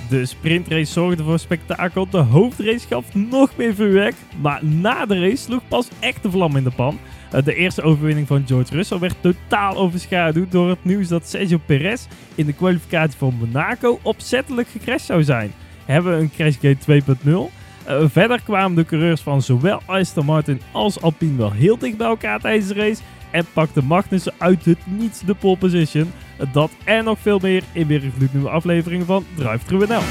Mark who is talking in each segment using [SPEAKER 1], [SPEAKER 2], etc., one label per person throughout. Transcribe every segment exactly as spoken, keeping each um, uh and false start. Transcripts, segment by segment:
[SPEAKER 1] De sprintrace zorgde voor spektakel, de hoofdrace gaf nog meer vuurwerk, maar na de race sloeg pas echt de vlam in de pan. De eerste overwinning van George Russell werd totaal overschaduwd door het nieuws dat Sergio Perez in de kwalificatie van Monaco opzettelijk gecrashed zou zijn. Hebben we een Crashgate twee punt nul? Uh, verder kwamen de coureurs van zowel Aston Martin als Alpine wel heel dicht bij elkaar tijdens de race en pakte Magnussen uit het niets de pole position. Dat en nog veel meer in weer een gloednieuwe aflevering van Drive-Thru N L.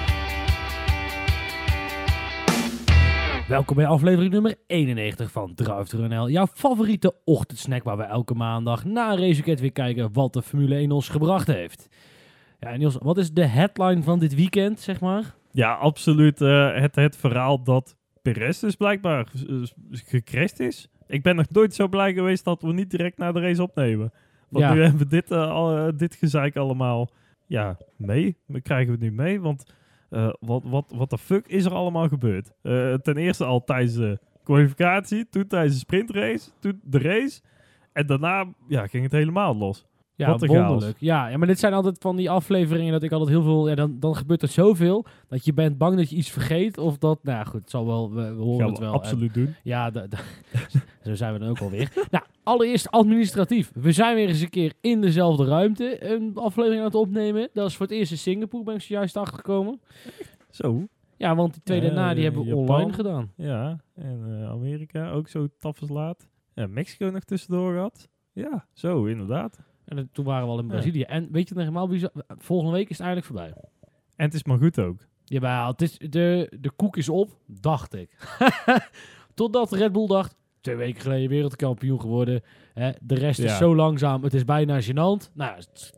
[SPEAKER 2] Welkom bij aflevering nummer eenennegentig van Drive-Thru N L, jouw favoriete ochtendsnack waar we elke maandag na een raceweekend weer kijken wat de Formule één ons gebracht heeft. Ja, Niels, wat is de headline van dit weekend, zeg maar?
[SPEAKER 1] Ja, absoluut. Uh, het, het verhaal dat Perez dus blijkbaar uh, gecrashed is. Ik ben nog nooit zo blij geweest dat we niet direct na de race opnemen. Want
[SPEAKER 2] ja.
[SPEAKER 1] nu hebben we dit, uh, al, uh, dit gezeik allemaal ja, mee. We krijgen we het nu mee, want uh, wat, wat, wat de fuck is er allemaal gebeurd? Uh, ten eerste al tijdens de kwalificatie, toen tijdens de sprintrace, toen de race. En daarna ja, ging het helemaal los.
[SPEAKER 2] Ja,
[SPEAKER 1] wat
[SPEAKER 2] wonderlijk. Ja, ja, maar dit zijn altijd van die afleveringen dat ik altijd heel veel... Ja, dan, dan gebeurt er zoveel dat je bent bang dat je iets vergeet of dat... Nou goed, het zal wel... We, we horen
[SPEAKER 1] Gaan
[SPEAKER 2] het
[SPEAKER 1] we
[SPEAKER 2] wel.
[SPEAKER 1] absoluut
[SPEAKER 2] en,
[SPEAKER 1] doen.
[SPEAKER 2] Ja, da, da, zo zijn we dan ook alweer. Nou, allereerst administratief. We zijn weer eens een keer in dezelfde ruimte een aflevering aan het opnemen. Dat is voor het eerst in Singapore, ben ik zojuist achtergekomen.
[SPEAKER 1] Zo.
[SPEAKER 2] Ja, want die twee daarna,
[SPEAKER 1] Uh,
[SPEAKER 2] die hebben we
[SPEAKER 1] Japan.
[SPEAKER 2] online gedaan.
[SPEAKER 1] Ja, en uh, Amerika ook zo tafels laat. Ja, Mexico nog tussendoor gehad. Ja, zo, inderdaad.
[SPEAKER 2] En dan, toen waren we al in Brazilië. Ja. En weet je nog helemaal, bizar, volgende week is het eigenlijk voorbij.
[SPEAKER 1] En het is maar goed ook.
[SPEAKER 2] Jawel, het is, de, de koek is op, dacht ik. Totdat Red Bull dacht, twee weken geleden wereldkampioen geworden. Hè, de rest ja. is zo langzaam, het is bijna gênant. Nou,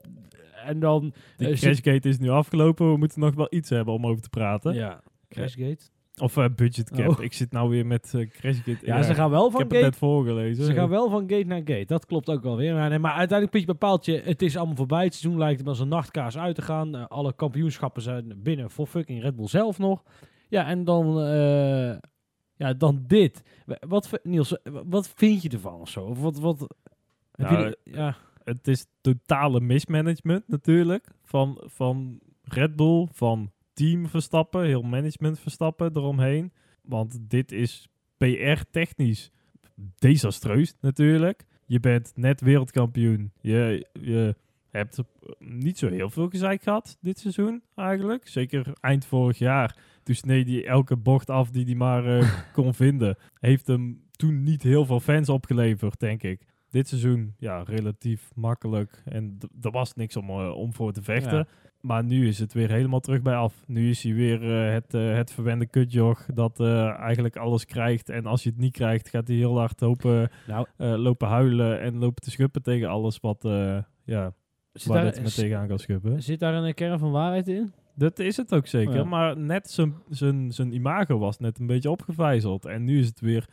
[SPEAKER 2] en dan...
[SPEAKER 1] De
[SPEAKER 2] uh,
[SPEAKER 1] Crashgate zit... is nu afgelopen, we moeten nog wel iets hebben om over te praten.
[SPEAKER 2] Ja, Crashgate.
[SPEAKER 1] Of uh, budget cap.
[SPEAKER 2] Oh.
[SPEAKER 1] Ik zit nou weer met uh, Crashgate.
[SPEAKER 2] Ja, ja, ze gaan wel van
[SPEAKER 1] ik heb
[SPEAKER 2] gate...
[SPEAKER 1] het net voorgelezen.
[SPEAKER 2] Ze gaan wel van gate naar gate. Dat klopt ook wel weer. Maar, nee, maar uiteindelijk je bepaalt je, het is allemaal voorbij. Het seizoen lijkt het als een nachtkaars uit te gaan. Uh, alle kampioenschappen zijn binnen voor fucking Red Bull zelf nog. Ja, en dan... Uh, ja, dan dit. Wat, Niels, wat vind je ervan of zo? Of wat... wat heb
[SPEAKER 1] nou,
[SPEAKER 2] je de, ja...
[SPEAKER 1] Het is totale mismanagement natuurlijk. Van, van Red Bull, van team Verstappen, heel management Verstappen eromheen. Want dit is P R-technisch desastreus natuurlijk. Je bent net wereldkampioen. Je, je hebt niet zo heel veel gezeik gehad dit seizoen eigenlijk. Zeker eind vorig jaar. Toen sneed hij elke bocht af die hij maar uh, kon vinden. Heeft hem toen niet heel veel fans opgeleverd, denk ik. Dit seizoen, ja, relatief makkelijk. En d- er was niks om, uh, om voor te vechten. Ja. Maar nu is het weer helemaal terug bij af. Nu is hij weer uh, het, uh, het verwende kutjoch dat uh, eigenlijk alles krijgt. En als je het niet krijgt, gaat hij heel hard hopen, nou. uh, lopen huilen en lopen te schuppen tegen alles wat uh, ja,
[SPEAKER 2] zit
[SPEAKER 1] waar
[SPEAKER 2] daar,
[SPEAKER 1] het met tegenaan kan schuppen.
[SPEAKER 2] Zit daar een kern van waarheid in?
[SPEAKER 1] Dat is het ook zeker. Ja. Maar net zijn imago was net een beetje opgevijzeld. En nu is het weer...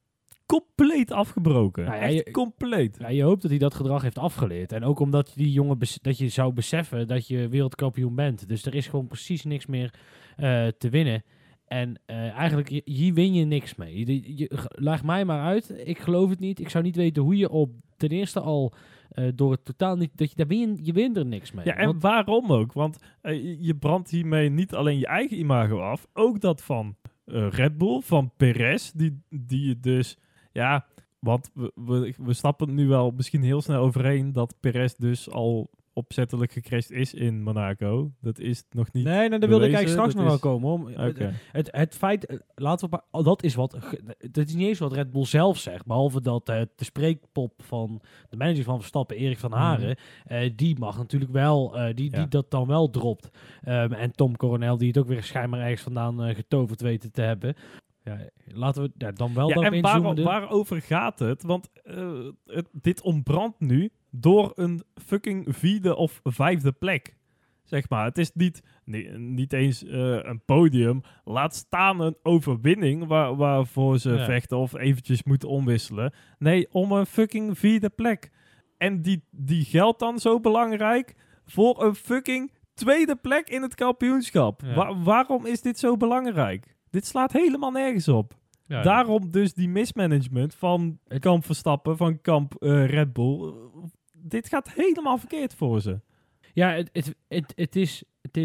[SPEAKER 1] compleet afgebroken. Nou ja, Echt je, compleet.
[SPEAKER 2] Ja, je hoopt dat hij dat gedrag heeft afgeleerd. En ook omdat die jongen bes- dat je zou beseffen dat je wereldkampioen bent. Dus er is gewoon precies niks meer uh, te winnen. En uh, eigenlijk, hier win je niks mee. Je, je, leg mij maar uit. Ik geloof het niet. Ik zou niet weten hoe je op ten eerste al uh, door het totaal niet... dat je, daar win je, je wint er niks mee.
[SPEAKER 1] Ja, en want, waarom ook? Want uh, je brandt hiermee niet alleen je eigen imago af. Ook dat van uh, Red Bull, van Perez. Die, die je dus... Ja, want we, we, we stappen nu wel misschien heel snel overheen dat Perez dus al opzettelijk gecrashed is in Monaco. Dat is nog niet.
[SPEAKER 2] Nee, nou, daar wilde ik eigenlijk straks nog
[SPEAKER 1] is...
[SPEAKER 2] wel komen. Om.
[SPEAKER 1] Okay.
[SPEAKER 2] Het, het, het feit, laten we maar, dat is wat, dat is niet eens wat Red Bull zelf zegt, behalve dat uh, de spreekpop van de manager van Verstappen, Erik van Haren, mm. uh, die mag natuurlijk wel, uh, die, ja. die dat dan wel dropt. Um, en Tom Coronel, die het ook weer schijnbaar ergens vandaan uh, getoverd weten te hebben. Ja, laten we ja, dan wel
[SPEAKER 1] ja,
[SPEAKER 2] daarop
[SPEAKER 1] en
[SPEAKER 2] inzoomen.
[SPEAKER 1] Waar, waarover gaat het? Want uh, het, dit ontbrandt nu door een fucking vierde of vijfde plek. Zeg maar, het is niet, nee, niet eens uh, een podium. Laat staan een overwinning waar, waarvoor ze ja. vechten of eventjes moeten omwisselen. Nee, om een fucking vierde plek. En die, die geldt dan zo belangrijk voor een fucking tweede plek in het kampioenschap. Ja. Wa- waarom is dit zo belangrijk? Dit slaat helemaal nergens op. Ja, Daarom dus die mismanagement van kamp Verstappen, van kamp uh, Red Bull. Dit gaat helemaal verkeerd voor ze.
[SPEAKER 2] Ja, het, het, het, het is... Het is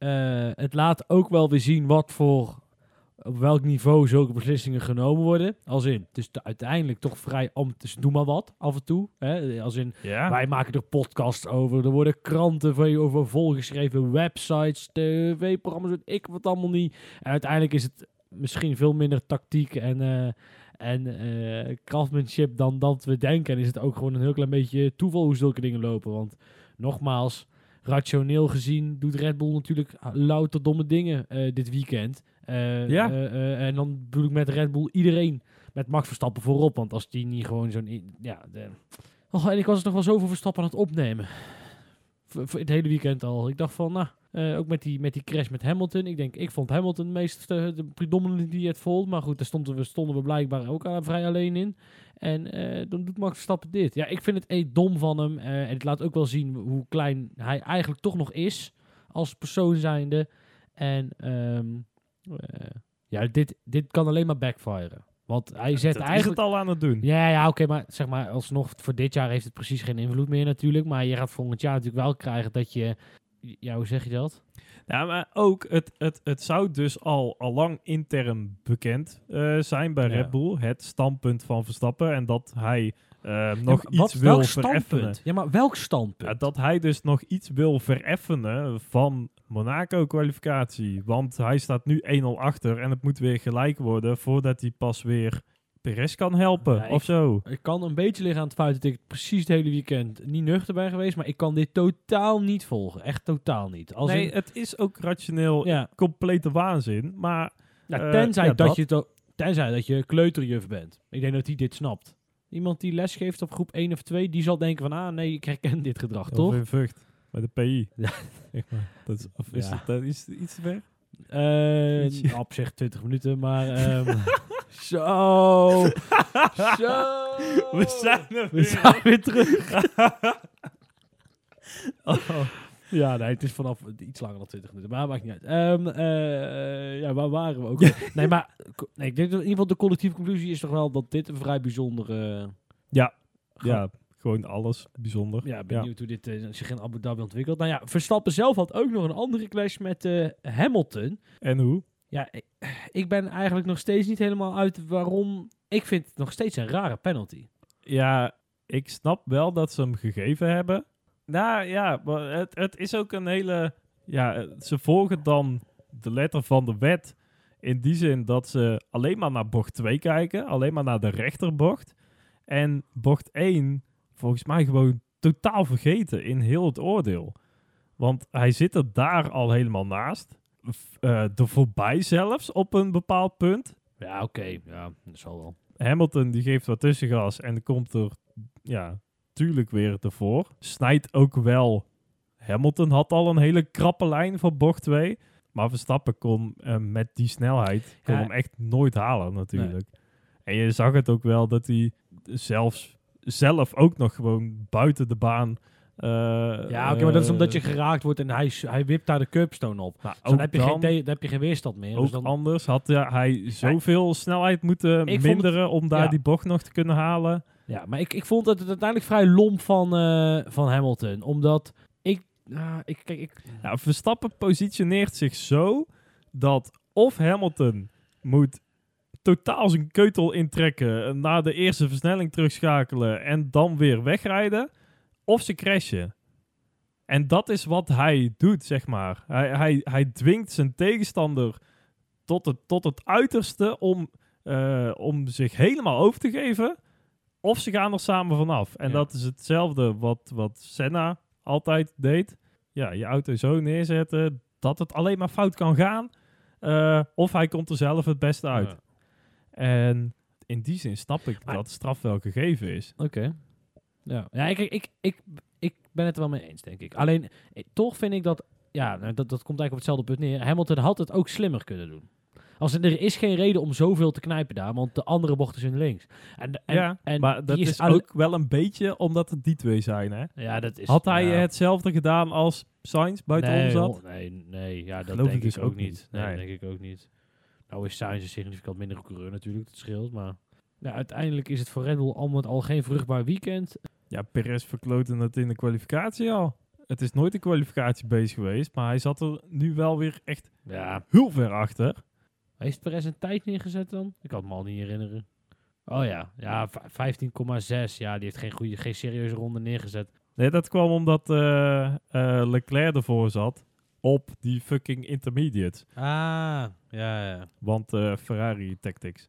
[SPEAKER 2] uh, het laat ook wel weer zien wat voor, op welk niveau zulke beslissingen genomen worden. Als in, het is de, uiteindelijk toch vrij om, dus doe maar wat, af en toe. Hè? Als in,
[SPEAKER 1] Ja.
[SPEAKER 2] wij maken er podcasts over, er worden kranten van je over volgeschreven, websites, tv-programma's, weet ik wat allemaal niet. En uiteindelijk is het misschien veel minder tactiek en... Uh, En uh, craftsmanship dan dat we denken. En is het ook gewoon een heel klein beetje toeval hoe zulke dingen lopen. Want nogmaals, rationeel gezien doet Red Bull natuurlijk louter domme dingen uh, dit weekend. Uh,
[SPEAKER 1] ja.
[SPEAKER 2] Uh, uh, en dan bedoel ik met Red Bull iedereen met Max Verstappen voorop. Want als die niet gewoon zo'n... Ja, de... oh, en ik was er nog wel zoveel Verstappen aan het opnemen. Voor, voor het hele weekend al. Ik dacht van, nou... Uh, ook met die, met die crash met Hamilton. Ik denk, ik vond Hamilton het meest uh, de predominant die het vol. Maar goed, daar stonden we, stonden we blijkbaar ook uh, vrij alleen in. En uh, dan doet Max Verstappen dit. Ja, ik vind het echt dom van hem. Uh, en het laat ook wel zien hoe klein hij eigenlijk toch nog is. Als persoon zijnde. En um, uh, ja, dit, dit kan alleen maar backfiren. Want hij zet
[SPEAKER 1] dat
[SPEAKER 2] eigenlijk...
[SPEAKER 1] is het al aan het doen.
[SPEAKER 2] Ja, ja, oké, okay, maar zeg maar, alsnog voor dit jaar heeft het precies geen invloed meer natuurlijk. Maar je gaat volgend jaar natuurlijk wel krijgen dat je... Ja, hoe zeg je dat?
[SPEAKER 1] Ja, maar ook, het, het, het zou dus al, al lang intern bekend uh, zijn bij ja. Red Bull. Het standpunt van Verstappen. En dat hij uh, nog ja, iets wil vereffenen.
[SPEAKER 2] Ja, maar welk standpunt?
[SPEAKER 1] Ja, dat hij dus nog iets wil vereffenen van Monaco-kwalificatie. Want hij staat nu één nul achter en het moet weer gelijk worden voordat hij pas weer... Perez kan helpen, ja, of
[SPEAKER 2] ik,
[SPEAKER 1] zo.
[SPEAKER 2] Ik kan een beetje liggen aan het feit dat ik precies het hele weekend niet nuchter ben geweest, maar ik kan dit totaal niet volgen. Echt totaal niet. Als
[SPEAKER 1] nee,
[SPEAKER 2] in,
[SPEAKER 1] het is ook rationeel ja. complete waanzin, maar...
[SPEAKER 2] Ja, tenzij, uh, ja, dat dat. Je to, tenzij dat je kleuterjuf bent. Ik denk dat hij dit snapt. Iemand die les geeft op groep één of twee, die zal denken van, ah nee, ik herken dit gedrag,
[SPEAKER 1] ja,
[SPEAKER 2] toch?
[SPEAKER 1] Of in Vught, bij de P I. Ja. Dat is, of is
[SPEAKER 2] ja.
[SPEAKER 1] het uh, iets, iets te ver?
[SPEAKER 2] Uh, op zich twintig minuten, maar... Um, Zo! Zo!
[SPEAKER 1] We zijn er
[SPEAKER 2] We
[SPEAKER 1] weer.
[SPEAKER 2] zijn weer terug. oh. Ja, nee, het is vanaf iets langer dan twintig minuten, maar maakt niet uit. Um, uh, ja, waar waren we ook? nee, maar nee, ik denk dat in ieder geval de collectieve conclusie is toch wel dat dit een vrij bijzondere...
[SPEAKER 1] Ja, ja, gewoon alles bijzonder.
[SPEAKER 2] Ja, benieuwd ja. hoe dit uh, zich in Abu Dhabi ontwikkelt. Nou ja, Verstappen zelf had ook nog een andere clash met uh, Hamilton.
[SPEAKER 1] En hoe?
[SPEAKER 2] Ja, ik, ik ben eigenlijk nog steeds niet helemaal uit waarom... Ik vind het nog steeds een rare penalty.
[SPEAKER 1] Ja, ik snap wel dat ze hem gegeven hebben. Nou ja, maar het, het is ook een hele... Ja, ze volgen dan de letter van de wet. In die zin dat ze alleen maar naar bocht twee kijken. Alleen maar naar de rechterbocht. En bocht één volgens mij gewoon totaal vergeten in heel het oordeel. Want hij zit er daar al helemaal naast. Uh, er voorbij zelfs op een bepaald punt.
[SPEAKER 2] Ja, oké. Okay. Ja, dat zal wel.
[SPEAKER 1] Hamilton die geeft wat tussengas en komt er ja, tuurlijk weer ervoor. Snijdt ook wel. Hamilton had al een hele krappe lijn voor bocht twee. Maar Verstappen kon uh, met die snelheid kon ja. hem echt nooit halen natuurlijk. Nee. En je zag het ook wel dat hij zelfs zelf ook nog gewoon buiten de baan... Uh,
[SPEAKER 2] ja, oké, okay, maar dat is omdat je geraakt wordt en hij, hij wipt daar de curbstone op. Nou, dus dan, heb je
[SPEAKER 1] dan,
[SPEAKER 2] geen te- dan heb je geen weerstand meer.
[SPEAKER 1] Ook
[SPEAKER 2] dus dan...
[SPEAKER 1] anders had ja, hij zoveel ja, snelheid moeten minderen het, om daar ja. die bocht nog te kunnen halen.
[SPEAKER 2] Ja, maar ik, ik vond het uiteindelijk vrij lomp van, uh, van Hamilton. Omdat ik... Uh, ik, kijk, ik...
[SPEAKER 1] Ja, Verstappen positioneert zich zo dat of Hamilton moet totaal zijn keutel intrekken, na de eerste versnelling terugschakelen en dan weer wegrijden... Of ze crashen. En dat is wat hij doet, zeg maar. Hij, hij, hij dwingt zijn tegenstander tot het, tot het uiterste om, uh, om zich helemaal over te geven. Of ze gaan er samen vanaf. En ja. dat is hetzelfde wat, wat Senna altijd deed. Ja, je auto zo neerzetten dat het alleen maar fout kan gaan. Uh, of hij komt er zelf het beste uit. Ja. En in die zin snap ik maar, dat straf wel gegeven is.
[SPEAKER 2] Oké. Okay. Ja, ja ik, ik, ik, ik ben het er wel mee eens, denk ik. Alleen, ik, toch vind ik dat... Ja, dat, dat komt eigenlijk op hetzelfde punt neer. Hamilton had het ook slimmer kunnen doen. Als er, er is geen reden om zoveel te knijpen daar, want de andere bochten zijn links. En, en,
[SPEAKER 1] ja,
[SPEAKER 2] en
[SPEAKER 1] maar dat is, is ook al... wel een beetje omdat het die twee zijn, hè?
[SPEAKER 2] Ja, dat is...
[SPEAKER 1] Had hij
[SPEAKER 2] ja.
[SPEAKER 1] hetzelfde gedaan als Sainz buitenom
[SPEAKER 2] nee,
[SPEAKER 1] zat?
[SPEAKER 2] Oh, nee, nee, ja, dat
[SPEAKER 1] Geloof
[SPEAKER 2] denk ik
[SPEAKER 1] dus
[SPEAKER 2] ook, ook niet. niet. Nee,
[SPEAKER 1] nee,
[SPEAKER 2] dat denk ik ook niet. Nou is Sainz een significant minder coureur natuurlijk, dat scheelt, maar... Ja, uiteindelijk is het voor Red Bull al met al geen vruchtbaar weekend.
[SPEAKER 1] Ja, Perez verkloten het in de kwalificatie al. Het is nooit een kwalificatie bezig geweest, maar hij zat er nu wel weer echt
[SPEAKER 2] Ja.
[SPEAKER 1] heel ver achter.
[SPEAKER 2] Heeft Perez een tijd neergezet dan? Ik kan het me al niet herinneren. Oh ja, ja, v- vijftien komma zes. Ja, die heeft geen goede, geen serieuze ronde neergezet.
[SPEAKER 1] Nee, dat kwam omdat eh, eh, Leclerc ervoor zat op die fucking intermediates.
[SPEAKER 2] Ah, ja, ja.
[SPEAKER 1] Want eh, Ferrari tactics.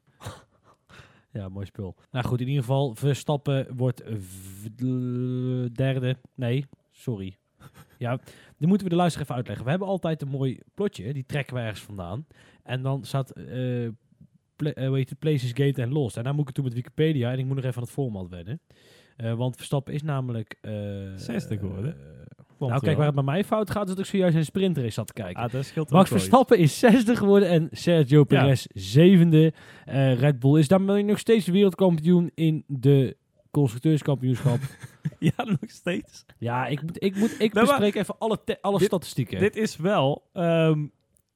[SPEAKER 2] Ja, mooi spul. Nou goed, in ieder geval, Verstappen wordt v- derde. Nee, sorry. Ja, die moeten we de luisteraar even uitleggen. We hebben altijd een mooi plotje, die trekken we ergens vandaan. En dan staat, eh pla- eh, hoe heet het, Places, Gate en Lost. En daar moet ik het doen met Wikipedia en ik moet nog even aan het format wennen. Eh, want Verstappen is namelijk... eh,
[SPEAKER 1] zesde geworden.
[SPEAKER 2] eh,
[SPEAKER 1] Klopt
[SPEAKER 2] nou, kijk,
[SPEAKER 1] wel.
[SPEAKER 2] waar het bij mij fout gaat, is dat ik zojuist een sprinter is zat te kijken.
[SPEAKER 1] Ah, dat scheelt ook
[SPEAKER 2] Max
[SPEAKER 1] wel iets.
[SPEAKER 2] Verstappen is zesde geworden en Sergio Perez zevende. Eh, Red Bull is daarmee nog steeds wereldkampioen in de constructeurskampioenschap.
[SPEAKER 1] Ja, nog steeds.
[SPEAKER 2] Ja, ik moet, ik moet, ik
[SPEAKER 1] Nou, maar
[SPEAKER 2] bespreek even alle, te- alle
[SPEAKER 1] dit-
[SPEAKER 2] statistieken.
[SPEAKER 1] Dit is wel... ehm,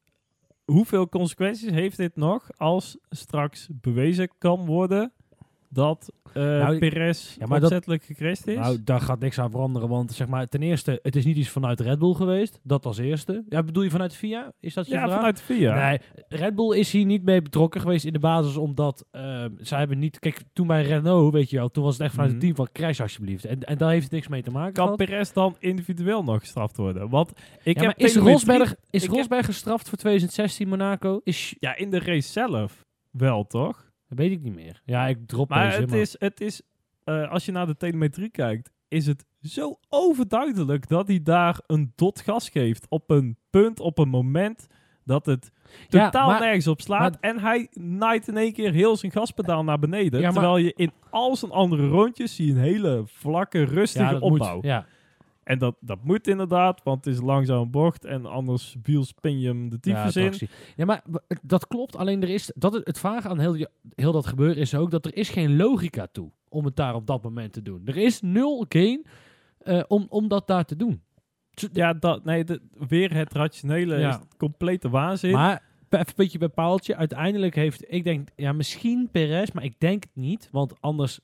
[SPEAKER 1] hoeveel consequenties heeft dit nog als straks bewezen kan worden dat eh
[SPEAKER 2] Nou,
[SPEAKER 1] Perez
[SPEAKER 2] ja, maar dat-
[SPEAKER 1] opzettelijk gecrashed is?
[SPEAKER 2] Nou, daar gaat niks aan veranderen, want zeg maar, ten eerste, het is niet iets vanuit Red Bull geweest. Dat als eerste. Ja, bedoel je vanuit de F I A? Is dat je
[SPEAKER 1] ja,
[SPEAKER 2] vraag?
[SPEAKER 1] vanuit de V I A.
[SPEAKER 2] Nee, Red Bull is hier niet mee betrokken geweest in de basis, omdat uh, zij hebben niet... Kijk, toen bij Renault, weet je wel, toen was het echt vanuit
[SPEAKER 1] Mhm.
[SPEAKER 2] het team van crash alsjeblieft. En, en daar heeft het niks mee te maken
[SPEAKER 1] Kan
[SPEAKER 2] gehad.
[SPEAKER 1] Perez dan individueel nog gestraft worden? Want ik
[SPEAKER 2] Ja,
[SPEAKER 1] heb
[SPEAKER 2] maar is
[SPEAKER 1] telemetrie-
[SPEAKER 2] Rosberg, is
[SPEAKER 1] ik heb-
[SPEAKER 2] Rosberg gestraft voor twintig zestien Monaco? Is,
[SPEAKER 1] Ja, in de race zelf wel, toch?
[SPEAKER 2] dat weet ik niet meer. Ja, ik drop
[SPEAKER 1] Maar
[SPEAKER 2] deze.
[SPEAKER 1] het
[SPEAKER 2] maar-
[SPEAKER 1] is, het is eh, als je naar de telemetrie kijkt, is het zo overduidelijk dat hij daar een dot gas geeft op een punt, op een moment dat het
[SPEAKER 2] Ja,
[SPEAKER 1] totaal
[SPEAKER 2] maar-
[SPEAKER 1] nergens op slaat.
[SPEAKER 2] maar-
[SPEAKER 1] en hij naait in één keer heel zijn gaspedaal naar beneden.
[SPEAKER 2] Ja, maar-
[SPEAKER 1] terwijl je in al zijn andere rondjes zie je een hele vlakke, rustige
[SPEAKER 2] ja, dat
[SPEAKER 1] opbouw.
[SPEAKER 2] moet. Ja.
[SPEAKER 1] En dat, dat moet inderdaad, want het is langzaam een bocht. En anders biel spin je hem de tyfus
[SPEAKER 2] ja,
[SPEAKER 1] in.
[SPEAKER 2] taxi. Ja, maar w- dat klopt. Alleen er is... Dat het, het vage aan heel, die- heel dat gebeuren is ook dat er is geen logica toe om het daar op dat moment te doen. Er is nul gain eh, om, om dat daar te doen.
[SPEAKER 1] Ja, dat, nee, de, weer het rationele
[SPEAKER 2] Ja.
[SPEAKER 1] is complete waanzin.
[SPEAKER 2] Maar even een beetje bij paaltje. Uiteindelijk heeft... Ik denk... Ja, misschien Perez, maar ik denk het niet. Want anders...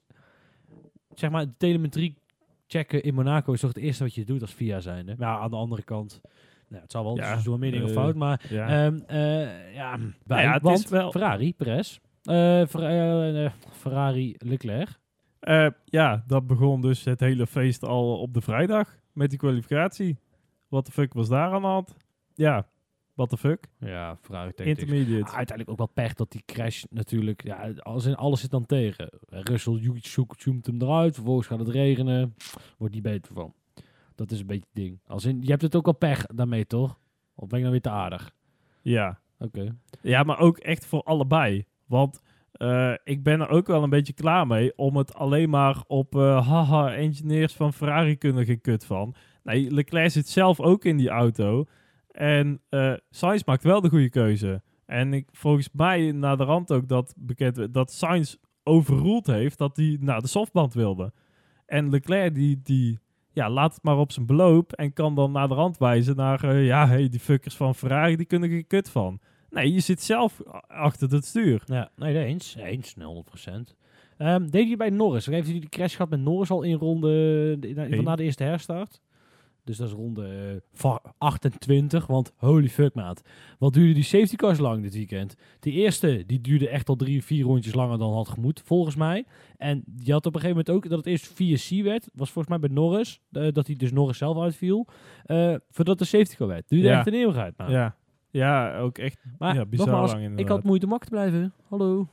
[SPEAKER 2] Zeg maar, de telemetrie checken in Monaco is toch het eerste wat je doet als V I A zijnde. Maar ja, aan de andere kant... Nou, het zal wel,
[SPEAKER 1] Ja,
[SPEAKER 2] ze doen meer dingen
[SPEAKER 1] eh,
[SPEAKER 2] fout, maar...
[SPEAKER 1] ja.
[SPEAKER 2] Ehm, eh, ja, bij,
[SPEAKER 1] ja, het
[SPEAKER 2] want
[SPEAKER 1] is wel-
[SPEAKER 2] Ferrari, Perez. Eh, Fer- eh, eh, Ferrari, Leclerc.
[SPEAKER 1] Eh, ja, dat begon dus het hele feest al op de vrijdag met die kwalificatie. Wat de fuck was daar aan de hand? Ja, what the fuck?
[SPEAKER 2] Ja, Ferrari tactics.
[SPEAKER 1] Intermediate.
[SPEAKER 2] Ah, uiteindelijk ook wel pech dat die crash natuurlijk... Ja, als in alles zit dan tegen. Russell zoekt zoomt hem eruit. Vervolgens gaat het regenen. Wordt niet beter van. Dat is een beetje het ding. Als in, je hebt het ook al pech daarmee, toch? Of ben ik nou weer te aardig?
[SPEAKER 1] Ja.
[SPEAKER 2] Oké.
[SPEAKER 1] ja, maar ook echt voor allebei. Want eh, ik ben er ook wel een beetje klaar mee om het alleen maar op eh, haha, engineers van Ferrari kunnen geen kut van. Nee, Leclerc zit zelf ook in die auto. En eh Sainz maakt wel de goede keuze. En ik, volgens mij na de rand ook dat bekend werd dat Sainz overroeld heeft dat hij naar de softband wilde. En Leclerc die, die ja, laat het maar op zijn beloop en kan dan naar de rand wijzen naar eh, ja, hey, die fuckers van Ferrari die kunnen geen kut van. Nee, je zit zelf a- achter het stuur.
[SPEAKER 2] Ja, nee, nee, eens. Eens, honderd procent. Um, deed je bij Norris? Heeft hij die crash gehad met Norris al in ronde... De, na,
[SPEAKER 1] Eén.
[SPEAKER 2] na de eerste herstart? Dus dat is ronde eh, va- achtentwintig. Want holy fuck, maat. Wat duurde die safety cars lang dit weekend? Die eerste, die duurde echt al drie, vier rondjes langer dan had gemoet, volgens mij. En je had op een gegeven moment ook dat het eerst vier C werd. Was volgens mij bij Norris. eh, dat hij dus Norris zelf uitviel. eh, voordat de safety car werd. Duurde
[SPEAKER 1] Ja.
[SPEAKER 2] echt een eeuwigheid, maat.
[SPEAKER 1] Ja. ja, ook echt
[SPEAKER 2] Maar
[SPEAKER 1] ja, bizar
[SPEAKER 2] nogmaals,
[SPEAKER 1] lang
[SPEAKER 2] ik
[SPEAKER 1] inderdaad.
[SPEAKER 2] had moeite mak te blijven. Hallo.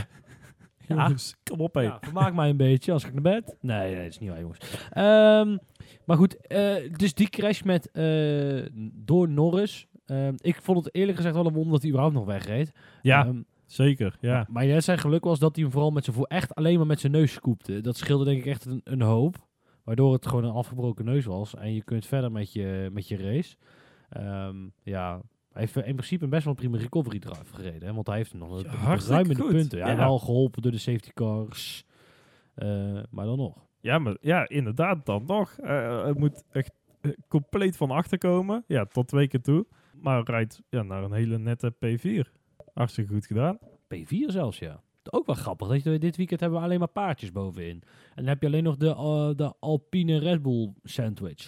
[SPEAKER 2] Ja.
[SPEAKER 1] Jongens, kom op, hé.
[SPEAKER 2] Ja, vermaak mij een beetje als ik naar bed. Nee, nee, dat is niet waar, jongens. Ehm, maar goed, eh, dus die crash met eh, door Norris. Ehm, ik vond het eerlijk gezegd wel een wonder dat hij überhaupt nog wegreed.
[SPEAKER 1] Ja,
[SPEAKER 2] Ehm,
[SPEAKER 1] zeker, ja.
[SPEAKER 2] Maar net zijn geluk was dat hij hem vooral met zijn voor echt alleen maar met zijn neus scoopte. Dat scheelde denk ik echt een, een hoop. Waardoor het gewoon een afgebroken neus was. En je kunt verder met je, met je race. Ehm, ja, hij heeft in principe een best wel een prima recovery drive gereden. Hè, want hij heeft nog
[SPEAKER 1] Ja,
[SPEAKER 2] een
[SPEAKER 1] hartstikke
[SPEAKER 2] ruim in de
[SPEAKER 1] goed.
[SPEAKER 2] punten. Ja,
[SPEAKER 1] Ja.
[SPEAKER 2] wel geholpen door de safety cars. Eh, maar dan nog.
[SPEAKER 1] Ja, maar ja, inderdaad, dan nog. Eh, het moet echt eh, compleet van achter komen. Ja, tot twee keer toe. Maar rijdt ja, naar een hele nette P vier. Hartstikke goed gedaan.
[SPEAKER 2] P vier zelfs, ja. Ook wel grappig. Dat je, dit weekend hebben we alleen maar paardjes bovenin. En dan heb je alleen nog de, eh, de Alpine Red Bull sandwich.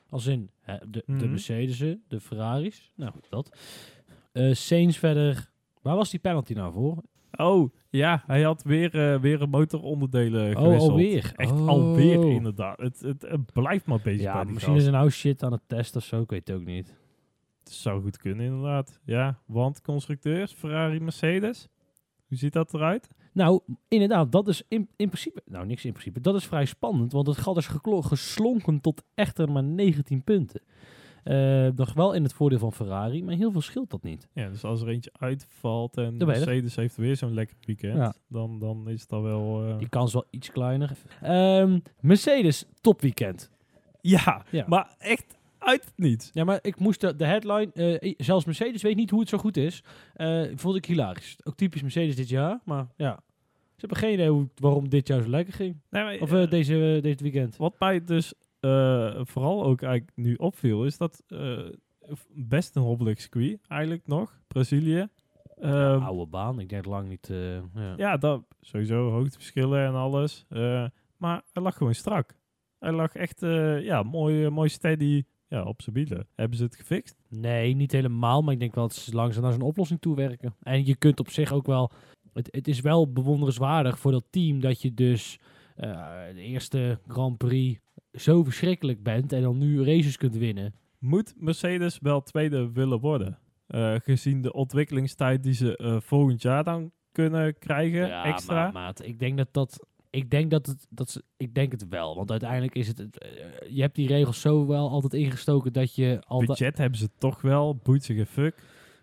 [SPEAKER 2] Als in hè, de, de
[SPEAKER 1] Mhm.
[SPEAKER 2] Mercedes'en, de Ferraris. Nou, dat. Uh, Sainz verder. Waar was die penalty nou voor?
[SPEAKER 1] Oh, ja, hij had weer, uh, weer een motoronderdelen
[SPEAKER 2] Oh,
[SPEAKER 1] gewisseld.
[SPEAKER 2] alweer?
[SPEAKER 1] Echt
[SPEAKER 2] Oh.
[SPEAKER 1] alweer, inderdaad. Het, het, het blijft maar bezig
[SPEAKER 2] Ja,
[SPEAKER 1] bij die
[SPEAKER 2] misschien
[SPEAKER 1] gast.
[SPEAKER 2] is er nou shit aan het testen of zo. Ik weet het ook niet.
[SPEAKER 1] Het zou goed kunnen, inderdaad. Ja, want constructeurs, Ferrari, Mercedes. Hoe ziet dat eruit?
[SPEAKER 2] Nou, inderdaad, dat is in, in principe... Nou, niks in principe. Dat is vrij spannend, want het gat is geklo- geslonken tot echter maar negentien punten. Uh, nog wel in het voordeel van Ferrari, maar heel veel scheelt dat niet.
[SPEAKER 1] Ja, dus als er eentje uitvalt en
[SPEAKER 2] Dan ben je er.
[SPEAKER 1] Mercedes heeft weer zo'n lekker weekend,
[SPEAKER 2] Ja.
[SPEAKER 1] dan, dan is het al wel... Uh...
[SPEAKER 2] Die kans wel iets kleiner. Um, Mercedes, topweekend.
[SPEAKER 1] Ja,
[SPEAKER 2] Ja.
[SPEAKER 1] maar echt uit het niets.
[SPEAKER 2] Ja, maar ik moest de, de headline... Uh, zelfs Mercedes weet niet hoe het zo goed is. Uh, vond ik hilarisch. Ook typisch Mercedes dit jaar, maar ja... Ze hebben geen idee hoe, waarom dit jaar zo lekker ging.
[SPEAKER 1] Nee, maar,
[SPEAKER 2] of uh,
[SPEAKER 1] uh,
[SPEAKER 2] deze, uh, deze weekend.
[SPEAKER 1] Wat mij dus uh, vooral ook eigenlijk nu opviel, is dat uh, best een hobbelig circuit eigenlijk nog. Brazilië. Uh,
[SPEAKER 2] ja, oude baan, ik denk lang niet... Uh, ja,
[SPEAKER 1] ja dat, sowieso hoogteverschillen en alles. Uh, maar hij lag gewoon strak. Hij lag echt uh, ja, mooi, mooi steady ja, op zijn wielen. Hebben ze het gefixt?
[SPEAKER 2] Nee, niet helemaal, maar ik denk wel dat ze langzaam naar zo'n oplossing toe werken. En je kunt op zich ook wel... Het, het is wel bewonderenswaardig voor dat team dat je dus uh, de eerste Grand Prix zo verschrikkelijk bent en dan nu races kunt winnen.
[SPEAKER 1] Moet Mercedes wel tweede willen worden? Uh, gezien de ontwikkelingstijd die ze uh, volgend jaar dan kunnen krijgen,
[SPEAKER 2] ja,
[SPEAKER 1] extra?
[SPEAKER 2] Maar, maat, ik denk dat dat... Ik denk dat het, dat ze, ik denk het wel, want uiteindelijk is het, uh, je hebt die regels zo wel altijd ingestoken dat je altijd...
[SPEAKER 1] Budget hebben ze toch wel, boeit zich een fuck.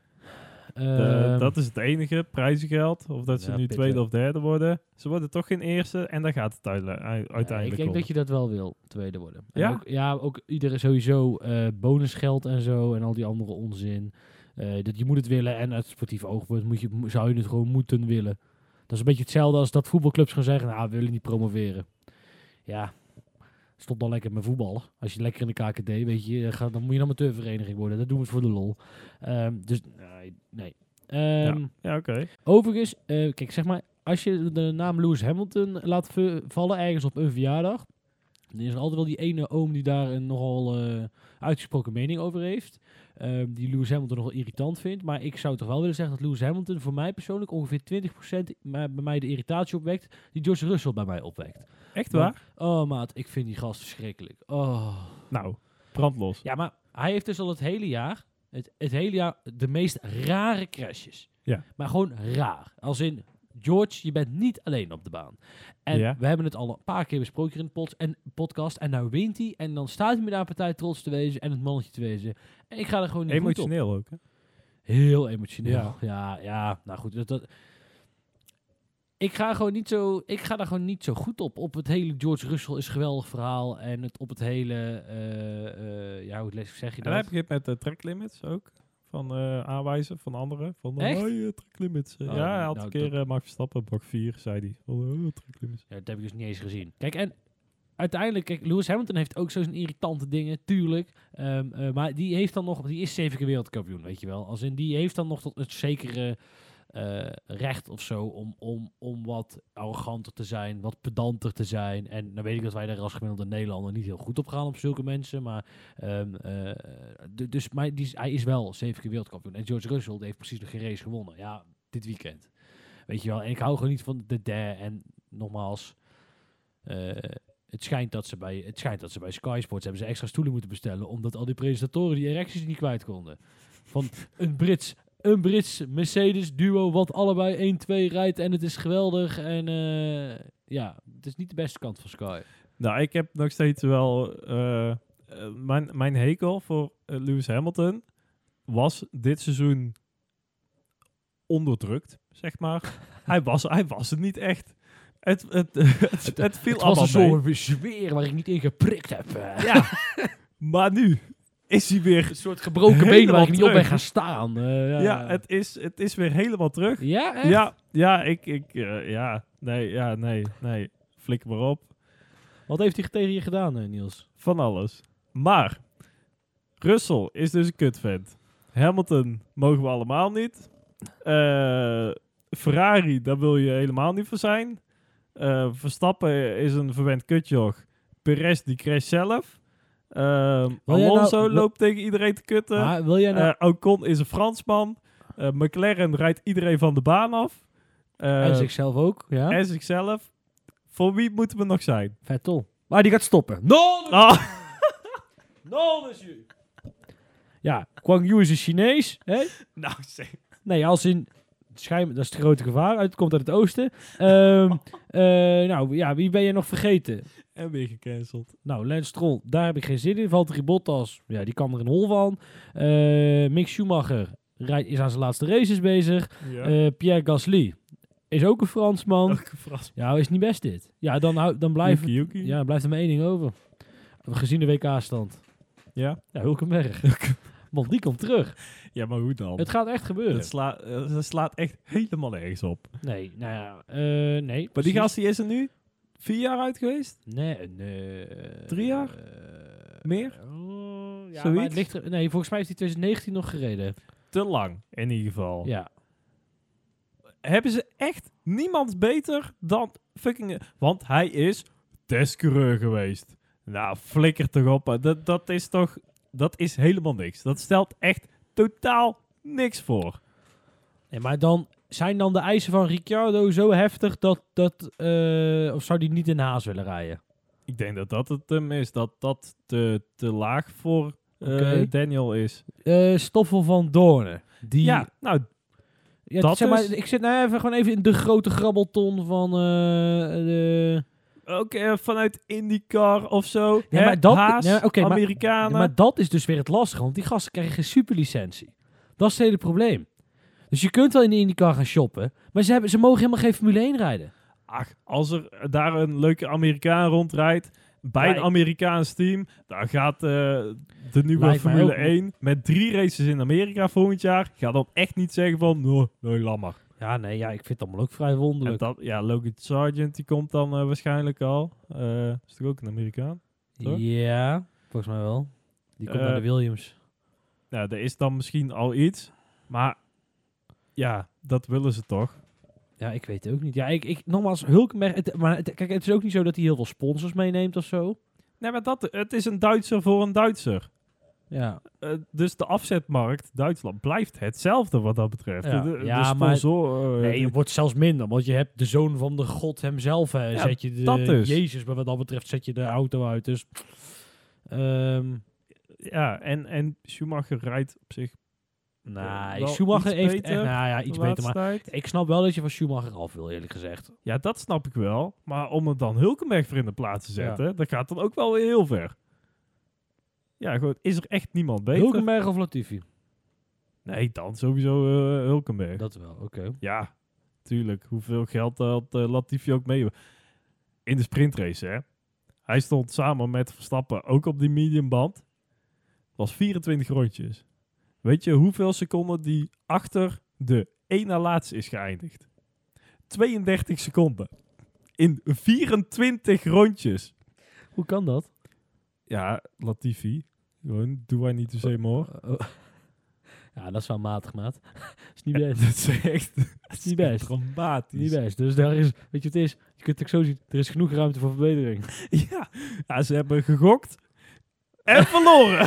[SPEAKER 1] De,
[SPEAKER 2] Um,
[SPEAKER 1] dat is het enige, prijzengeld. Of dat ze
[SPEAKER 2] ja,
[SPEAKER 1] nu
[SPEAKER 2] pitten.
[SPEAKER 1] tweede of derde worden. Ze worden toch geen eerste en daar gaat het uiteindelijk, uiteindelijk
[SPEAKER 2] ja, ik denk
[SPEAKER 1] om.
[SPEAKER 2] dat je dat wel wil, tweede worden. En
[SPEAKER 1] Ja?
[SPEAKER 2] Ook, ja, ook iedereen sowieso uh, bonusgeld en zo en al die andere onzin. Uh, dat je moet het willen en uit sportief oogpunt moet je, zou je het gewoon moeten willen. Dat is een beetje hetzelfde als dat voetbalclubs gaan zeggen, nou, we willen niet promoveren. Ja, stop dan lekker met voetballen. Als je lekker in de K K D, weet je, dan, dan moet je een amateurvereniging worden. Dat doen we het voor de lol. Um, dus, nee, nee. Um,
[SPEAKER 1] ja, ja oké. Okay.
[SPEAKER 2] Overigens, uh, kijk, zeg maar, als je de naam Lewis Hamilton laat vallen ergens op een verjaardag, dan is er altijd wel die ene oom die daar een nogal uh, uitgesproken mening over heeft. Uh, die Lewis Hamilton nogal irritant vindt. Maar ik zou toch wel willen zeggen dat Lewis Hamilton voor mij persoonlijk ongeveer twintig procent bij mij de irritatie opwekt die George Russell bij mij opwekt.
[SPEAKER 1] Echt waar?
[SPEAKER 2] Maar, oh maat, ik vind die gast verschrikkelijk. Oh.
[SPEAKER 1] Nou, brandlos.
[SPEAKER 2] Ja, maar hij heeft dus al het hele jaar, het, het hele jaar de meest rare crashes.
[SPEAKER 1] Ja.
[SPEAKER 2] Maar gewoon raar. Als in, George, je bent niet alleen op de baan. En
[SPEAKER 1] ja.
[SPEAKER 2] we hebben het al een paar keer besproken in de pod- en podcast. En nou wint hij. En dan staat hij me daar een partij trots te wezen en het mannetje te wezen. En ik ga er gewoon niet
[SPEAKER 1] emotioneel
[SPEAKER 2] goed op.
[SPEAKER 1] ook, hè?
[SPEAKER 2] Heel emotioneel.
[SPEAKER 1] Ja,
[SPEAKER 2] ja, ja nou goed. Dat, dat, ik ga gewoon niet zo, ik ga daar gewoon niet zo goed op. Op het hele George Russell is een geweldig verhaal. En het, op het hele, uh, uh, ja, hoe zeg je dat?
[SPEAKER 1] En heb je het met de track limits ook? Van uh, aanwijzen van anderen. Van,
[SPEAKER 2] Echt?
[SPEAKER 1] Oh, je track limits. Uh,
[SPEAKER 2] oh,
[SPEAKER 1] ja, hij had
[SPEAKER 2] nou,
[SPEAKER 1] een keer
[SPEAKER 2] dat...
[SPEAKER 1] uh, Max Verstappen, bocht vier, zei hij. Oh, track limits.
[SPEAKER 2] Ja, dat heb ik dus niet eens gezien. Kijk, en uiteindelijk, kijk, Lewis Hamilton heeft ook zo zijn irritante dingen, tuurlijk. Um, uh, maar die heeft dan nog, die is zeven keer wereldkampioen, weet je wel. Als in, die heeft dan nog tot het zekere uh, recht of zo om, om, om wat arroganter te zijn, wat pedanter te zijn. En dan weet ik dat wij daar als gemiddelde Nederlander niet heel goed op gaan op zulke mensen. Maar, um, uh, d- dus, maar die, hij is wel zeven keer wereldkampioen. En George Russell die heeft precies nog geen race gewonnen. Ja, dit weekend. Weet je wel, en ik hou gewoon niet van de der. En nogmaals, uh, het schijnt dat ze bij, het schijnt dat ze bij Sky Sports hebben ze extra stoelen moeten bestellen, omdat al die presentatoren die erecties niet kwijt konden. Van een Brits, een Brits Mercedes duo wat allebei één twee rijdt en het is geweldig. En uh, ja, het is niet de beste kant van Sky.
[SPEAKER 1] Nou, ik heb nog steeds wel uh, uh, mijn, mijn hekel voor uh, Lewis Hamilton was dit seizoen onderdrukt, zeg maar. hij, was, hij was het niet echt. Het, het, het, het, het viel
[SPEAKER 2] het
[SPEAKER 1] allemaal
[SPEAKER 2] was
[SPEAKER 1] mee.
[SPEAKER 2] een soort zweer waar ik niet in geprikt heb.
[SPEAKER 1] Ja, maar nu is hij weer
[SPEAKER 2] een soort gebroken been waar ik niet
[SPEAKER 1] terug.
[SPEAKER 2] op ben gaan staan. Uh, ja,
[SPEAKER 1] ja, het is, het is weer helemaal terug.
[SPEAKER 2] Ja, echt?
[SPEAKER 1] Ja, ja, ik, ik, uh, ja, nee, ja, nee, nee, flikker maar op.
[SPEAKER 2] Wat heeft hij tegen je gedaan, uh, Niels?
[SPEAKER 1] Van alles. Maar Russell is dus een kutvent. Hamilton mogen we allemaal niet. Uh, Ferrari, daar wil je helemaal niet voor zijn. Uh, Verstappen is een verwend kutjoch. Perez, die crasht zelf. Uh,
[SPEAKER 2] Wil jij
[SPEAKER 1] Alonso
[SPEAKER 2] nou-
[SPEAKER 1] loopt tegen iedereen te kutten.
[SPEAKER 2] Maar wil jij nou...
[SPEAKER 1] Uh, Ocon is een Fransman. Uh, McLaren rijdt iedereen van de baan af. Uh,
[SPEAKER 2] en zichzelf ook, ja.
[SPEAKER 1] En zichzelf. Voor wie moeten we nog zijn?
[SPEAKER 2] Vettel. Maar die gaat stoppen. Non!
[SPEAKER 1] Oh.
[SPEAKER 2] Non, monsieur. Ja, Guang Yu is een Chinees. Hè?
[SPEAKER 1] Nou, zeg.
[SPEAKER 2] Nee, als in... Schijn, dat is het grote gevaar. Het komt uit het oosten. Um, uh, nou, ja, wie ben je nog vergeten?
[SPEAKER 1] En weer gecanceld.
[SPEAKER 2] Nou, Lance Stroll, daar heb ik geen zin in. Valtteri Bottas, ja, die kan er een hol van. Uh, Mick Schumacher rijdt, is aan zijn laatste races bezig.
[SPEAKER 1] Ja.
[SPEAKER 2] Uh, Pierre Gasly is ook een Fransman.
[SPEAKER 1] Ook een Fransman.
[SPEAKER 2] Ja, is niet best dit. Ja, dan, hou, dan blijft
[SPEAKER 1] Yuki, Yuki.
[SPEAKER 2] ja, blijft er maar één ding over. Gezien de W K-stand.
[SPEAKER 1] Ja?
[SPEAKER 2] Ja, Hulkenberg. Man, die komt terug.
[SPEAKER 1] Ja, maar hoe dan?
[SPEAKER 2] Het gaat echt gebeuren.
[SPEAKER 1] Het sla uh, ze slaat echt helemaal nergens op.
[SPEAKER 2] Nee, nou ja, uh, nee.
[SPEAKER 1] Maar
[SPEAKER 2] precies.
[SPEAKER 1] die gast die is er nu vier jaar uit geweest?
[SPEAKER 2] Nee, nee.
[SPEAKER 1] Drie jaar?
[SPEAKER 2] Uh,
[SPEAKER 1] Meer?
[SPEAKER 2] Oh, ja,
[SPEAKER 1] Zoiets?
[SPEAKER 2] maar het ligt er, nee, volgens mij is die twintig negentien nog gereden.
[SPEAKER 1] Te lang, in ieder geval.
[SPEAKER 2] Ja.
[SPEAKER 1] Hebben ze echt niemand beter dan fucking... Want hij is testcoureur geweest. Nou, flikker toch op. Dat, dat is toch... Dat is helemaal niks. Dat stelt echt totaal niks voor.
[SPEAKER 2] Nee, maar dan zijn dan de eisen van Ricciardo zo heftig dat... dat uh, of zou die niet in de Haas willen rijden?
[SPEAKER 1] Ik denk dat dat het hem is. Dat dat te, te laag voor uh,
[SPEAKER 2] Okay.
[SPEAKER 1] Daniel is.
[SPEAKER 2] Uh, Stoffel van Doornen. Die,
[SPEAKER 1] ja, nou...
[SPEAKER 2] Ja,
[SPEAKER 1] dat
[SPEAKER 2] zeg maar,
[SPEAKER 1] is...
[SPEAKER 2] Ik zit nou even, gewoon even in de grote grabbelton van uh, de...
[SPEAKER 1] Oké, okay, vanuit IndyCar of zo.
[SPEAKER 2] Ja,
[SPEAKER 1] Hè?
[SPEAKER 2] maar dat,
[SPEAKER 1] Haas,
[SPEAKER 2] nee, okay,
[SPEAKER 1] Amerikanen.
[SPEAKER 2] Maar, maar dat is dus weer het lastige, want die gasten krijgen geen superlicentie. Dat is het hele probleem. Dus je kunt wel in de IndyCar gaan shoppen, maar ze, hebben, ze mogen helemaal geen Formule één rijden.
[SPEAKER 1] Ach, als er daar een leuke Amerikaan rondrijdt, bij
[SPEAKER 2] ja,
[SPEAKER 1] een Amerikaans team, dan gaat uh, de nieuwe
[SPEAKER 2] Lijkt
[SPEAKER 1] Formule
[SPEAKER 2] ook,
[SPEAKER 1] één met drie races in Amerika volgend jaar, gaat dan echt niet zeggen van, no, nee, lammer.
[SPEAKER 2] Ja, nee, ja, ik vind het allemaal ook vrij wonderlijk.
[SPEAKER 1] En dat, ja, Logan Sargent, die komt dan uh, waarschijnlijk al. Uh, is toch ook een Amerikaan? Toch?
[SPEAKER 2] Ja, volgens mij wel. Die komt
[SPEAKER 1] Uh,
[SPEAKER 2] naar de Williams.
[SPEAKER 1] Nou, er is dan misschien al iets, maar ja, dat willen ze toch.
[SPEAKER 2] Ja, ik weet het ook niet. Ja, ik, ik nogmaals, Hulkenberg... Het, maar het, kijk, het is ook niet zo dat hij heel veel sponsors meeneemt of zo.
[SPEAKER 1] Nee, maar dat, het is een Duitser voor een Duitser.
[SPEAKER 2] Ja.
[SPEAKER 1] Uh, dus de afzetmarkt Duitsland blijft hetzelfde wat dat betreft.
[SPEAKER 2] Ja,
[SPEAKER 1] de, de
[SPEAKER 2] ja
[SPEAKER 1] sponsor,
[SPEAKER 2] maar...
[SPEAKER 1] uh,
[SPEAKER 2] Nee, het wordt zelfs minder, want je hebt de zoon van de god hemzelf. Hè,
[SPEAKER 1] ja,
[SPEAKER 2] zet je de,
[SPEAKER 1] dat dus.
[SPEAKER 2] Jezus, maar wat dat betreft zet je de auto uit. Dus... Um,
[SPEAKER 1] ja, en, en Schumacher rijdt op zich...
[SPEAKER 2] Nee,
[SPEAKER 1] uh,
[SPEAKER 2] Schumacher heeft
[SPEAKER 1] beter,
[SPEAKER 2] echt... Nou ja, iets beter, maar...
[SPEAKER 1] Tijd.
[SPEAKER 2] Ik snap wel dat je van Schumacher af wil, eerlijk gezegd.
[SPEAKER 1] Ja, dat snap ik wel. Maar om het dan Hulkenberg voor in de plaats te zetten,
[SPEAKER 2] Ja.
[SPEAKER 1] dat gaat dan ook wel weer heel ver. Ja, goed. Is er echt niemand beter?
[SPEAKER 2] Hulkenberg of Latifi?
[SPEAKER 1] Nee, dan sowieso uh, Hulkenberg.
[SPEAKER 2] Dat wel, oké. Okay.
[SPEAKER 1] Ja, tuurlijk. Hoeveel geld had uh, Latifi ook mee? In de sprintrace, hè. Hij stond samen met Verstappen ook op die mediumband. Het was vierentwintig rondjes. Weet je hoeveel seconden die achter de één na laatste is geëindigd? tweeëndertig seconden. In vierentwintig rondjes.
[SPEAKER 2] Hoe kan dat?
[SPEAKER 1] Ja, Latifi. Gewoon, do I need to say more?
[SPEAKER 2] Uh, uh, ja, dat is wel matig, maat. is niet best.
[SPEAKER 1] dat is echt
[SPEAKER 2] dat is niet best.
[SPEAKER 1] dramatisch.
[SPEAKER 2] Niet best. Dus daar is, weet je wat het is? Je kunt het ook zo zien. Er is genoeg ruimte voor verbetering.
[SPEAKER 1] ja. ja, ze hebben gegokt en verloren.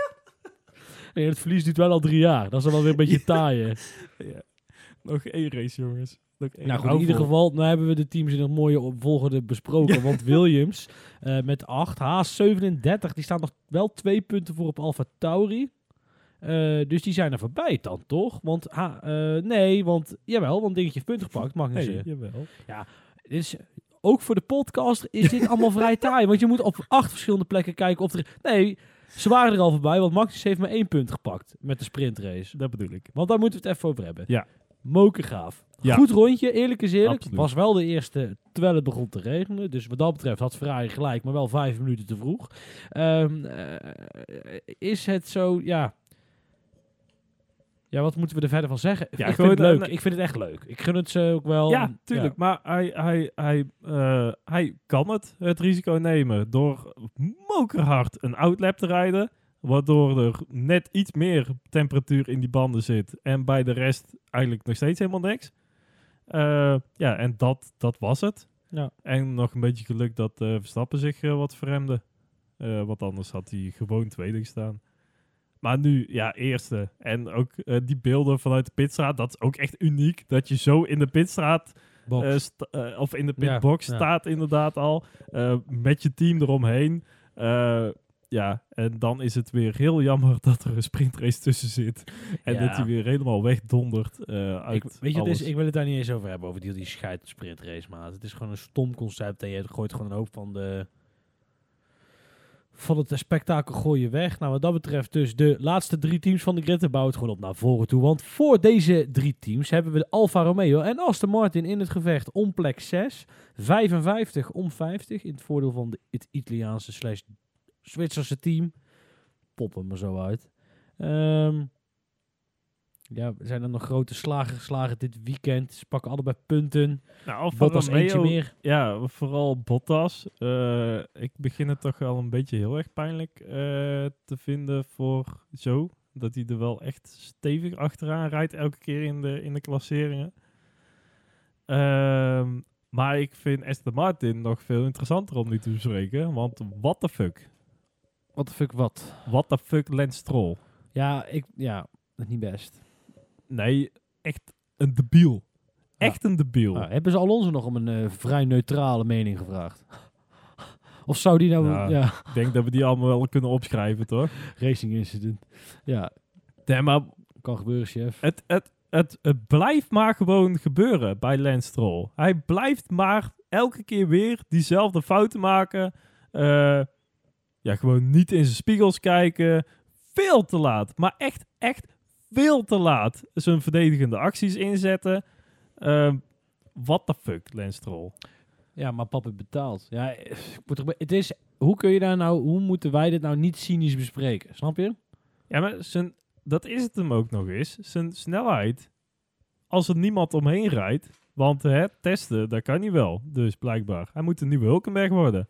[SPEAKER 2] Nee, het verlies duurt wel al drie jaar. Dat is dan wel weer een beetje taaien.
[SPEAKER 1] Ja. Nog één race, jongens. Nog één.
[SPEAKER 2] Nou goed, in ieder geval, nou hebben we de teams in een mooie volgorde besproken.
[SPEAKER 1] Ja.
[SPEAKER 2] Want Williams uh, met acht, Haas zevenendertig, die staan nog wel twee punten voor op Alfa Tauri. Uh, dus die zijn er voorbij dan, toch? Want, ha, uh, nee, want, jawel, want dingetje heeft punten gepakt, Magnussen.
[SPEAKER 1] Hey, jawel.
[SPEAKER 2] Ja, dit is... Ook voor de podcast is dit allemaal vrij taai. Want je moet op acht verschillende plekken kijken of er... Nee, ze waren er al voorbij, want Magnus heeft maar één punt gepakt met de sprintrace.
[SPEAKER 1] Dat bedoel ik.
[SPEAKER 2] Want daar moeten we het even over hebben.
[SPEAKER 1] Ja.
[SPEAKER 2] Mokergaaf.
[SPEAKER 1] Ja.
[SPEAKER 2] Goed rondje, eerlijk is eerlijk.
[SPEAKER 1] Absoluut.
[SPEAKER 2] Was wel de eerste terwijl het begon te regenen. Dus wat dat betreft had Ferrari gelijk, maar wel vijf minuten te vroeg. Um, uh, is het zo, ja... Ja, wat moeten we er verder van zeggen?
[SPEAKER 1] Ja,
[SPEAKER 2] ik,
[SPEAKER 1] gewoon,
[SPEAKER 2] vind het leuk.
[SPEAKER 1] uh,
[SPEAKER 2] ik vind het echt leuk. Ik gun het ze ook wel.
[SPEAKER 1] Ja, tuurlijk. Ja. Maar hij, hij, hij, uh, hij kan het, het risico nemen door mokerhard een outlap te rijden. Waardoor er net iets meer temperatuur in die banden zit. En bij de rest eigenlijk nog steeds helemaal niks. Uh, ja, en dat, dat was het.
[SPEAKER 2] Ja.
[SPEAKER 1] En nog een beetje geluk dat uh, Verstappen zich uh, wat verremde. Uh, want anders had hij gewoon tweede gestaan. Maar nu, ja, eerste. En ook uh, die beelden vanuit de pitstraat, dat is ook echt uniek. Dat je zo in de pitstraat, uh, sta- uh, of in de pitbox
[SPEAKER 2] ja,
[SPEAKER 1] staat
[SPEAKER 2] ja.
[SPEAKER 1] inderdaad al. Uh, met je team eromheen. Uh, ja, en dan is het weer heel jammer dat er een sprintrace tussen zit. En
[SPEAKER 2] ja.
[SPEAKER 1] dat hij weer helemaal wegdondert uh, uit
[SPEAKER 2] ik, Weet je,
[SPEAKER 1] alles.
[SPEAKER 2] dus, ik wil het daar niet eens over hebben, over die, die scheid sprintrace, maat. Het is gewoon een stom concept en je gooit gewoon een hoop van de... van het spektakel gooi je weg. Nou, wat dat betreft dus de laatste drie teams van de grid bouwen het gewoon op naar voren toe. Want voor deze drie teams hebben we de Alfa Romeo en Aston Martin in het gevecht om plek zes. vijfenvijftig om vijftig in het voordeel van de, het Italiaanse slash Zwitserse team. Poppen maar zo uit. Um, ja, zijn er nog grote slagen geslagen dit weekend. Ze pakken allebei punten.
[SPEAKER 1] Nou, Alfa
[SPEAKER 2] Bottas
[SPEAKER 1] Romeo,
[SPEAKER 2] eentje meer.
[SPEAKER 1] Ja, vooral Bottas. Uh, ik begin het toch wel een beetje heel erg pijnlijk uh, te vinden voor zo. Dat hij er wel echt stevig achteraan rijdt elke keer in de, in de klasseringen. Uh, maar ik vind Aston Martin nog veel interessanter om nu te bespreken. Want what the fuck?
[SPEAKER 2] What the fuck wat?
[SPEAKER 1] What the fuck Lance Stroll?
[SPEAKER 2] Ja, ik, ja, dat is niet best.
[SPEAKER 1] Nee, echt een debiel. Echt ja. een debiel.
[SPEAKER 2] Nou, hebben ze Alonso nog om een uh, vrij neutrale mening gevraagd? Of zou die nou...
[SPEAKER 1] Ja,
[SPEAKER 2] ja.
[SPEAKER 1] Ik denk dat we die allemaal wel kunnen opschrijven, toch?
[SPEAKER 2] Racing incident. Ja.
[SPEAKER 1] Nee, maar...
[SPEAKER 2] Kan gebeuren, chef.
[SPEAKER 1] Het, het, het, het blijft maar gewoon gebeuren bij Lance Stroll. Hij blijft maar elke keer weer diezelfde fouten maken. Uh, ja, gewoon niet in zijn spiegels kijken. Veel te laat. Maar echt, echt veel te laat zijn verdedigende acties inzetten. Uh, what the fuck, Lance Stroll?
[SPEAKER 2] Ja, maar papa betaalt. Ja, het is, hoe kun je daar nou, hoe moeten wij dit nou niet cynisch bespreken? Snap je?
[SPEAKER 1] Ja, maar zijn, dat is het hem ook nog eens. Zijn snelheid, als er niemand omheen rijdt, want hè, testen, dat kan hij wel. Dus blijkbaar. Hij moet een nieuwe Hulkenberg worden.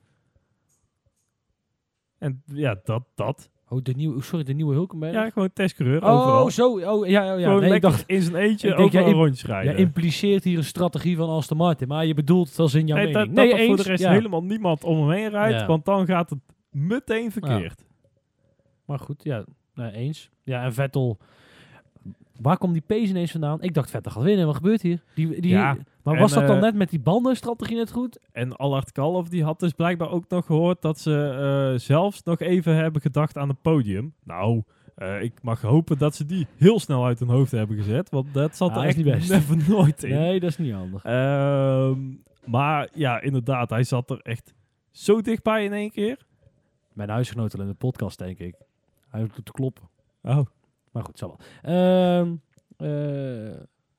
[SPEAKER 1] En ja, dat, dat.
[SPEAKER 2] Oh, de nieuwe, sorry, de nieuwe Hulkenberg?
[SPEAKER 1] Ja, gewoon testcoureur
[SPEAKER 2] oh,
[SPEAKER 1] overal.
[SPEAKER 2] Oh, zo. Oh, ja, ja, ja.
[SPEAKER 1] Gewoon
[SPEAKER 2] nee,
[SPEAKER 1] lekker
[SPEAKER 2] ik dacht,
[SPEAKER 1] in zijn eentje
[SPEAKER 2] ik denk,
[SPEAKER 1] overal
[SPEAKER 2] ja,
[SPEAKER 1] rondjes rijden.
[SPEAKER 2] Ja, impliceert hier een strategie van Aston Martin, maar je bedoelt het als in jouw
[SPEAKER 1] nee,
[SPEAKER 2] mening.
[SPEAKER 1] Dat,
[SPEAKER 2] nee,
[SPEAKER 1] dat er
[SPEAKER 2] eens,
[SPEAKER 1] voor de rest
[SPEAKER 2] ja.
[SPEAKER 1] helemaal niemand om hem heen rijdt,
[SPEAKER 2] Ja.
[SPEAKER 1] want dan gaat het meteen verkeerd.
[SPEAKER 2] Ja. Maar goed, ja, nee, eens. Ja, en Vettel... Waar komt die pace ineens vandaan? Ik dacht Vettel gaat winnen. Wat gebeurt hier? Die, die,
[SPEAKER 1] Ja,
[SPEAKER 2] maar
[SPEAKER 1] en,
[SPEAKER 2] was dat dan
[SPEAKER 1] uh,
[SPEAKER 2] net met die bandenstrategie net goed?
[SPEAKER 1] En Allard Kalf die had dus blijkbaar ook nog gehoord dat ze uh, zelfs nog even hebben gedacht aan het podium. Nou, uh, ik mag hopen dat ze die heel snel uit hun hoofd hebben gezet, want dat zat
[SPEAKER 2] ah,
[SPEAKER 1] er
[SPEAKER 2] echt
[SPEAKER 1] echt
[SPEAKER 2] niet best.
[SPEAKER 1] never nooit in.
[SPEAKER 2] Nee, dat is niet handig.
[SPEAKER 1] Uh, maar ja, inderdaad, hij zat er echt zo dichtbij in één keer.
[SPEAKER 2] Mijn huisgenoot al in de podcast, denk ik. Hij doet te kloppen.
[SPEAKER 1] Oh.
[SPEAKER 2] Maar goed, zal wel. Uh, uh,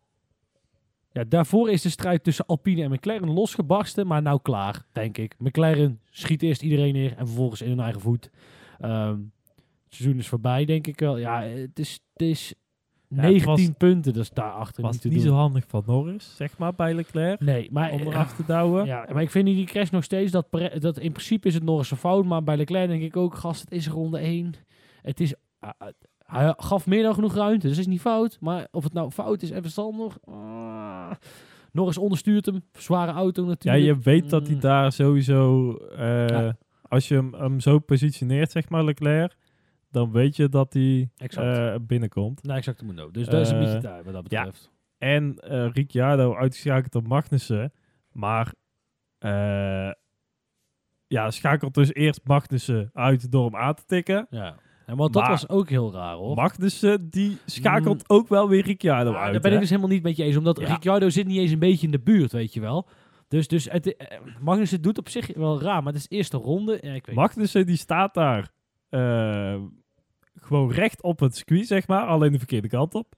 [SPEAKER 2] ja, daarvoor is de strijd tussen Alpine en McLaren losgebarsten, maar nou klaar, denk ik. McLaren schiet eerst iedereen neer en vervolgens in hun eigen voet. Um, het seizoen is voorbij, denk ik wel. Ja, het is, het is ja, negentien het was, punten, dus daarachter
[SPEAKER 1] was
[SPEAKER 2] niet te
[SPEAKER 1] niet
[SPEAKER 2] doen.
[SPEAKER 1] zo handig van Norris, zeg maar, bij Leclerc.
[SPEAKER 2] Nee, maar
[SPEAKER 1] om eraf te douwen.
[SPEAKER 2] Ja, maar ik vind die crash nog steeds, dat, dat in principe is het Norris' fout, maar bij Leclerc denk ik ook, gast, het is ronde één. Het is... Uh, Hij gaf meer dan genoeg ruimte, dus dat is niet fout. Maar of het nou fout is en verstandig... Uh, Norris onderstuurt hem. Zware auto natuurlijk.
[SPEAKER 1] Ja, je weet dat hij daar sowieso... Uh, ja. Als je hem, hem zo positioneert, zeg maar, Leclerc... dan weet je dat hij uh, binnenkomt.
[SPEAKER 2] Nou, exact moet ook. Dus dat uh, is een beetje daar, wat dat betreft.
[SPEAKER 1] Ja. En uh, Ricciardo uitgeschakeld op Magnussen. Maar... Uh, ja, schakelt dus eerst Magnussen uit door hem aan te tikken.
[SPEAKER 2] Ja. Ja, maar dat maar was ook heel raar, hoor.
[SPEAKER 1] Magnussen, die schakelt mm. ook wel weer Ricciardo
[SPEAKER 2] ja,
[SPEAKER 1] uit.
[SPEAKER 2] Daar ben
[SPEAKER 1] hè?
[SPEAKER 2] ik dus helemaal niet met je eens. Omdat ja. Ricciardo zit niet eens een beetje in de buurt, weet je wel. Dus, dus het, uh, Magnussen doet op zich wel raar, maar het is de eerste ronde. Ja, ik weet
[SPEAKER 1] Magnussen, die staat daar uh, gewoon recht op het circuit, zeg maar. Alleen de verkeerde kant op.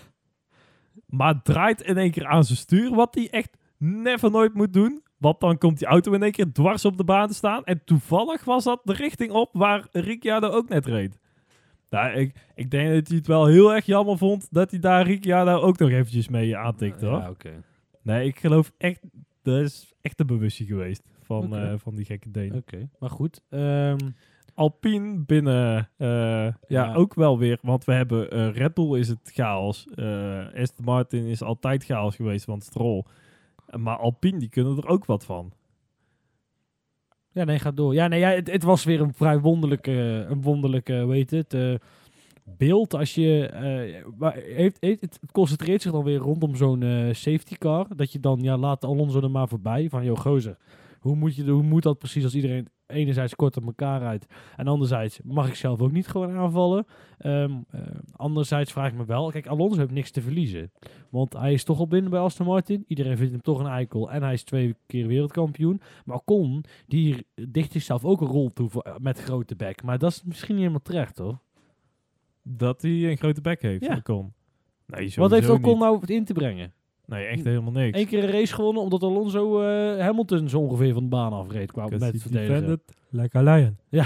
[SPEAKER 1] Maar draait in één keer aan zijn stuur, wat hij echt never nooit moet doen. Want dan komt die auto in één keer dwars op de baan te staan. En toevallig was dat de richting op waar Ricciardo ook net reed. Nou, ik, ik denk dat hij het wel heel erg jammer vond dat hij daar Ricciardo ook nog eventjes mee aantikte, hoor.
[SPEAKER 2] Ja, oké. Okay.
[SPEAKER 1] Nee, ik geloof echt, dat is echt een bewustzijn geweest van,
[SPEAKER 2] okay.
[SPEAKER 1] uh, van die gekke Deen.
[SPEAKER 2] Oké, okay. Maar goed. Um...
[SPEAKER 1] Alpine binnen, uh, ja, ja, ook wel weer, want we hebben uh, Red Bull is het chaos. Uh, Aston Martin is altijd chaos geweest, want Stroll. Maar Alpine, die kunnen er ook wat van.
[SPEAKER 2] Ja, nee, ga door. Ja, nee, ja, het, het was weer een vrij wonderlijke, een wonderlijke, hoe heet het, uh, beeld. Als je, uh, maar heeft, heeft, het concentreert zich dan weer rondom zo'n uh, safety car. Dat je dan, ja, laat Alonso er maar voorbij. Van, joh, gozer, hoe moet, je, hoe moet dat precies als iedereen enerzijds kort op elkaar rijdt. En anderzijds mag ik zelf ook niet gewoon aanvallen. Um, uh, anderzijds vraag ik me wel, kijk, Alonso heeft niks te verliezen. Want hij is toch al binnen bij Aston Martin. Iedereen vindt hem toch een eikel. En hij is twee keer wereldkampioen. Maar Ocon, die dicht zichzelf ook een rol toe voor, met grote bek. Maar dat is misschien niet helemaal terecht, hoor.
[SPEAKER 1] Dat hij een grote bek heeft,
[SPEAKER 2] ja.
[SPEAKER 1] Ocon. Nee,
[SPEAKER 2] wat heeft Ocon
[SPEAKER 1] niet.
[SPEAKER 2] nou in te brengen?
[SPEAKER 1] Nee, echt helemaal niks.
[SPEAKER 2] Eén keer een race gewonnen, omdat Alonso uh, Hamilton zo ongeveer van de baan afreed. Qua net verdedigen.
[SPEAKER 1] Like a lion.
[SPEAKER 2] Ja.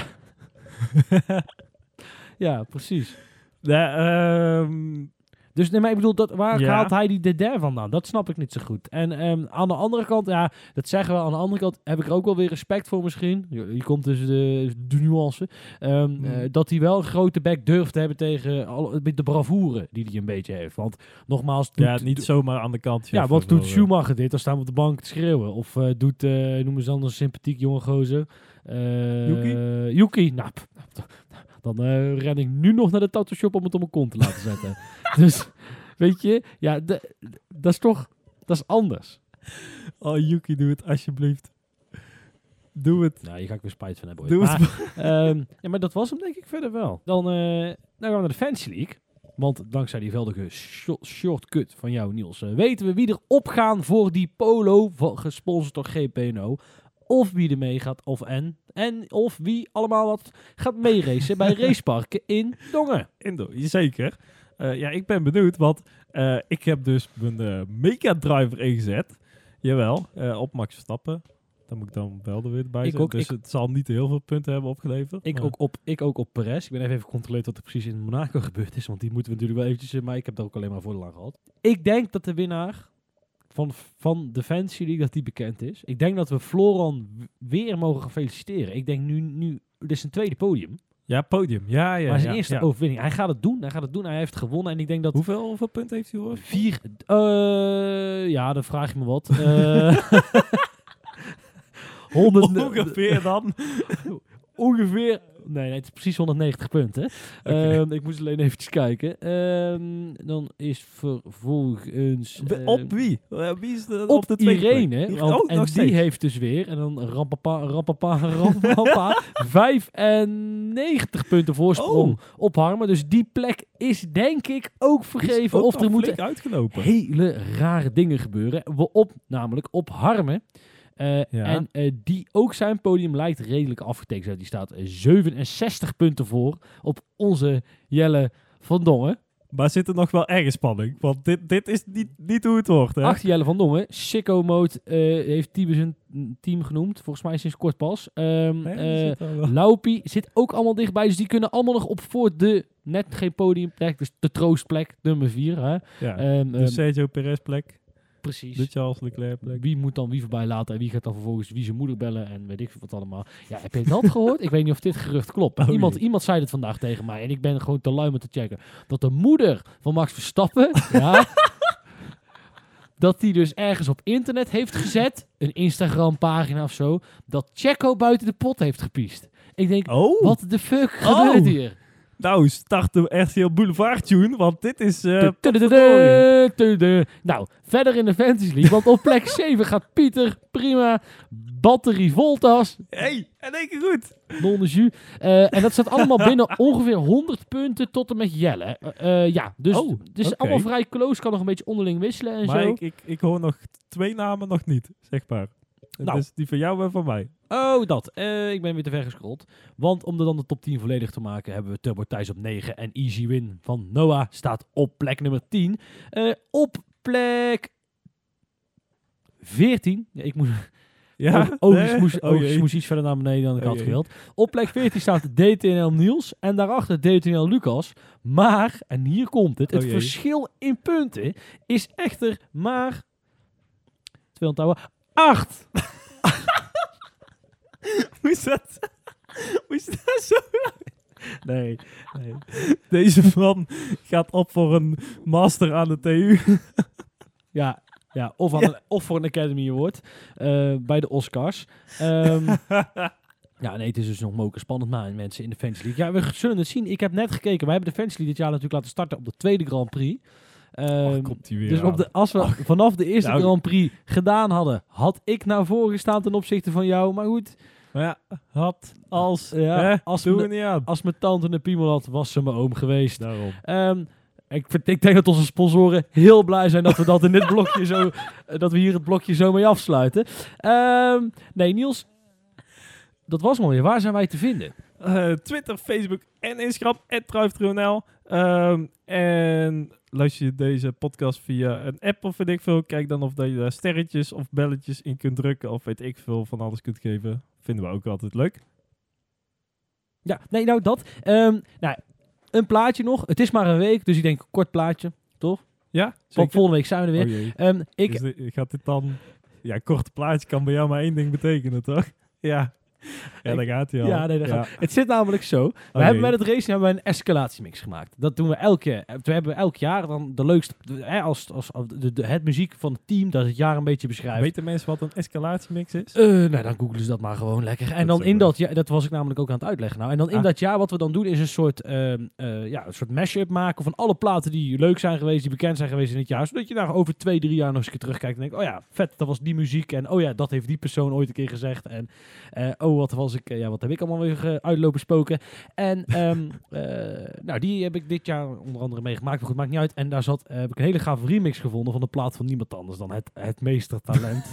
[SPEAKER 2] Ja, precies.
[SPEAKER 1] Ja, um,
[SPEAKER 2] dus nee, maar ik bedoel, dat, waar
[SPEAKER 1] ja.
[SPEAKER 2] haalt hij die derde vandaan? Dat snap ik niet zo goed. En um, aan de andere kant, ja, dat zeggen we. Aan de andere kant heb ik er ook wel weer respect voor misschien. Je, je komt dus de, de nuance. Um, mm. uh, dat hij wel een grote bek durft te hebben tegen al, de bravoure die hij een beetje heeft. Want nogmaals...
[SPEAKER 1] Doet, ja, niet zomaar aan de kant.
[SPEAKER 2] Ja, wat doet Schumacher dit? Dan staan we op de bank te schreeuwen. Of uh, doet, uh, noem eens anders, een sympathiek jonge gozer. Uh,
[SPEAKER 1] Yuki?
[SPEAKER 2] Yuki, nou... P- p- Dan uh, ren ik nu nog naar de tattoo shop om het op mijn kont te laten zetten. Dus, weet je, ja, de, de, dat is toch, dat is anders.
[SPEAKER 1] Oh, Yuki, doe het alsjeblieft. Doe het.
[SPEAKER 2] Nou, hier ga ik weer spijt van hebben.
[SPEAKER 1] Doe
[SPEAKER 2] maar,
[SPEAKER 1] het.
[SPEAKER 2] um, ja, maar dat was hem denk ik verder wel. Dan, uh, dan gaan we naar de Fantasy League. Want dankzij die veldige sh- shortcut van jou, Niels, uh, weten we wie er opgaan voor die polo, van, gesponsord door G P N O. Of wie er mee gaat, of en. En of wie allemaal wat gaat meeracen bij raceparken in Dongen.
[SPEAKER 1] In Dongen, zeker. Uh, ja, ik ben benieuwd, want uh, ik heb dus mijn uh, Mega Driver ingezet. Jawel, uh, op Max Verstappen. Daar moet ik dan wel er weer bij zijn. Dus ik, het zal niet heel veel punten hebben opgeleverd.
[SPEAKER 2] Ik,
[SPEAKER 1] maar...
[SPEAKER 2] ook, op, ik ook op Perez. Ik ben even even gecontroleerd wat er precies in Monaco gebeurd is. Want die moeten we natuurlijk wel eventjes... Maar ik heb daar ook alleen maar voordeel aan gehad. Ik denk dat de winnaar... Van, van de Fantasy League, dat die bekend is. Ik denk dat we Floran weer mogen feliciteren. Ik denk nu, nu dit is een tweede podium.
[SPEAKER 1] Ja, podium. Ja, ja.
[SPEAKER 2] Maar zijn
[SPEAKER 1] ja,
[SPEAKER 2] eerste
[SPEAKER 1] ja.
[SPEAKER 2] overwinning. Hij gaat het doen. Hij gaat het doen. Hij heeft gewonnen. En ik denk dat...
[SPEAKER 1] Hoeveel, hoeveel punten heeft hij hoor?
[SPEAKER 2] Vier... Uh, ja, dan vraag je me wat. Uh, honderd...
[SPEAKER 1] Ongeveer dan.
[SPEAKER 2] Ongeveer... Nee, nee, het is precies honderdnegentig punten. Okay. Um, ik moest alleen eventjes kijken. Um, dan is vervolgens... Uh,
[SPEAKER 1] op wie? Uh, wie is de,
[SPEAKER 2] op,
[SPEAKER 1] op de tweede
[SPEAKER 2] Irene.
[SPEAKER 1] plek?
[SPEAKER 2] Want,
[SPEAKER 1] oh,
[SPEAKER 2] en die
[SPEAKER 1] steeds.
[SPEAKER 2] heeft dus weer... En dan rampapa, rampapa, rampapa... vijfennegentig punten voorsprong oh. op Harmen. Dus die plek is denk ik ook vergeven.
[SPEAKER 1] Ook
[SPEAKER 2] of er moeten
[SPEAKER 1] uitgelopen.
[SPEAKER 2] hele rare dingen gebeuren. We op, namelijk op Harmen. Uh, ja. En uh, die ook zijn podium lijkt redelijk afgetekend. Die staat uh, zevenenzestig punten voor op onze Jelle van Dongen.
[SPEAKER 1] Maar zit er nog wel ergens spanning? Want dit, dit is niet, niet hoe het wordt. Hè?
[SPEAKER 2] Achter Jelle van Dongen. Sicko Mode uh, heeft Tiebe zijn team genoemd. Volgens mij sinds kort pas. Um, nee, uh, zit Laupie zit ook allemaal dichtbij. Dus die kunnen allemaal nog op voor de net geen podiumplek. Dus de troostplek nummer vier. Hè?
[SPEAKER 1] Ja, um, de um, Sergio Perez plek.
[SPEAKER 2] Precies.
[SPEAKER 1] De Charles Leclerc plek.
[SPEAKER 2] Wie moet dan wie voorbij laten en wie gaat dan vervolgens wie zijn moeder bellen en weet ik wat allemaal. Ja, heb je dat gehoord? Ik weet niet of dit gerucht klopt. Oh, iemand, iemand zei dit vandaag tegen mij en ik ben gewoon te lui om te checken. Dat de moeder van Max Verstappen, ja, dat die dus ergens op internet heeft gezet, een Instagram pagina of zo, dat Checo buiten de pot heeft gepiest. Ik denk,
[SPEAKER 1] oh.
[SPEAKER 2] wat de fuck gebeurt
[SPEAKER 1] oh.
[SPEAKER 2] hier?
[SPEAKER 1] Nou, start de R T L Boulevard tune, want dit is... Uh,
[SPEAKER 2] nou, verder in de Fantasy League, want op plek zeven gaat Pieter, prima, batterie Voltas.
[SPEAKER 1] Hey, en één keer goed.
[SPEAKER 2] Non de jus. Uh, en dat staat allemaal binnen ongeveer honderd punten tot en met Jelle. Uh, uh, ja, dus
[SPEAKER 1] oh,
[SPEAKER 2] het is
[SPEAKER 1] okay.
[SPEAKER 2] allemaal vrij close, kan nog een beetje onderling wisselen en
[SPEAKER 1] maar
[SPEAKER 2] zo.
[SPEAKER 1] Ik, ik, ik hoor nog twee namen nog niet, zeg maar. Nou. Dus die van jou en van mij.
[SPEAKER 2] Oh, dat. Uh, ik ben weer te ver gescrolld. Want om er dan de top tien volledig te maken, hebben we Turbo Thijs op negen. En Easy Win van Noah staat op plek nummer tien. Uh, op plek veertien. Ja, ik moet...
[SPEAKER 1] Ja,
[SPEAKER 2] oh, nee? moest, oh, oh moest iets verder naar beneden dan ik oh, had gewild. Op plek veertien staat D T N L Niels. En daarachter D T N L Lucas. Maar, en hier komt het. Het oh, verschil in punten is echter maar... twee onthouden... acht.
[SPEAKER 1] Hoe is dat? Hoe is dat zo lang?
[SPEAKER 2] Nee, nee.
[SPEAKER 1] Deze man gaat op voor een master aan de T U.
[SPEAKER 2] Ja, Ja, of, aan
[SPEAKER 1] Ja.
[SPEAKER 2] een- of voor een Academy Award uh, bij de Oscars. Um, ja, nee, het is dus nog moken spannend maar mensen in de Fantasy League. Ja, we zullen het zien. Ik heb net gekeken. We hebben de Fantasy League dit jaar natuurlijk laten starten op de tweede Grand Prix. Um,
[SPEAKER 1] Och, komt die weer
[SPEAKER 2] dus op
[SPEAKER 1] aan.
[SPEAKER 2] de, als we
[SPEAKER 1] Ach.
[SPEAKER 2] vanaf de eerste
[SPEAKER 1] Nou,
[SPEAKER 2] Grand Prix gedaan hadden, had ik naar voren gestaan ten opzichte van jou. Maar goed,
[SPEAKER 1] Maar ja, had, als,
[SPEAKER 2] Ja,
[SPEAKER 1] hè,
[SPEAKER 2] als
[SPEAKER 1] doen
[SPEAKER 2] me-
[SPEAKER 1] we niet aan.
[SPEAKER 2] als mijn tante een piemel had, was ze mijn oom geweest.
[SPEAKER 1] Daarom.
[SPEAKER 2] Um, ik, vind- ik denk dat onze sponsoren heel blij zijn dat we dat in dit blokje zo, dat we hier het blokje zo mee afsluiten. Um, nee, Niels, dat was mooi. Waar zijn wij te vinden?
[SPEAKER 1] Uh, Twitter, Facebook en Instagram, at druiftronl. Um, en luister je deze podcast via een app of weet ik veel, kijk dan of dat je daar sterretjes of belletjes in kunt drukken of weet ik veel van alles kunt geven. Vinden we ook altijd leuk.
[SPEAKER 2] Ja, nee, nou dat. Um, nou, een plaatje nog. Het is maar een week, dus ik denk een kort plaatje, toch?
[SPEAKER 1] Ja,
[SPEAKER 2] Want
[SPEAKER 1] zeker.
[SPEAKER 2] volgende week zijn we er
[SPEAKER 1] Oh
[SPEAKER 2] weer.
[SPEAKER 1] jee.
[SPEAKER 2] Um, ik,
[SPEAKER 1] Is dit- gaat dit dan... Ja, korte plaatje kan bij jou maar één ding betekenen, toch? Ja. Ja,
[SPEAKER 2] Ik-
[SPEAKER 1] daar gaat hij al.
[SPEAKER 2] Ja, nee, dat gaat. Het zit namelijk zo. We
[SPEAKER 1] Oh,
[SPEAKER 2] hebben
[SPEAKER 1] jee.
[SPEAKER 2] met het racen hebben we een escalatiemix gemaakt. Dat doen we elke We hebben elk jaar dan de leukste... de- Hè, als, als, als de, de, het muziek van het team dat het jaar een beetje beschrijft.
[SPEAKER 1] Weten mensen wat een escalatiemix is?
[SPEAKER 2] Uh, nou, dan googelen ze dat maar gewoon lekker. En
[SPEAKER 1] Dat
[SPEAKER 2] dan
[SPEAKER 1] is ook
[SPEAKER 2] in
[SPEAKER 1] leuk.
[SPEAKER 2] dat jaar... Dat was ik namelijk ook aan het uitleggen. Nou, en dan in
[SPEAKER 1] Ah.
[SPEAKER 2] dat jaar wat we dan doen is een soort... ehm, eh, ja, een soort mashup maken van alle platen die leuk zijn geweest, die bekend zijn geweest in het jaar. Zodat je daar over twee, drie jaar nog eens een keer terugkijkt en denkt, oh ja, vet, dat was die muziek. En oh ja, dat heeft die persoon ooit een keer gezegd. En uh, oh, wat was ik... Uh, ja, wat heb ik allemaal weer uh, uitlopen spoken. En um, uh, nou, die heb ik dit jaar onder andere meegemaakt. Maar goed, maakt niet uit. En daar zat, uh, heb ik een hele gave remix gevonden van de plaat van niemand anders dan het, het meestertalent.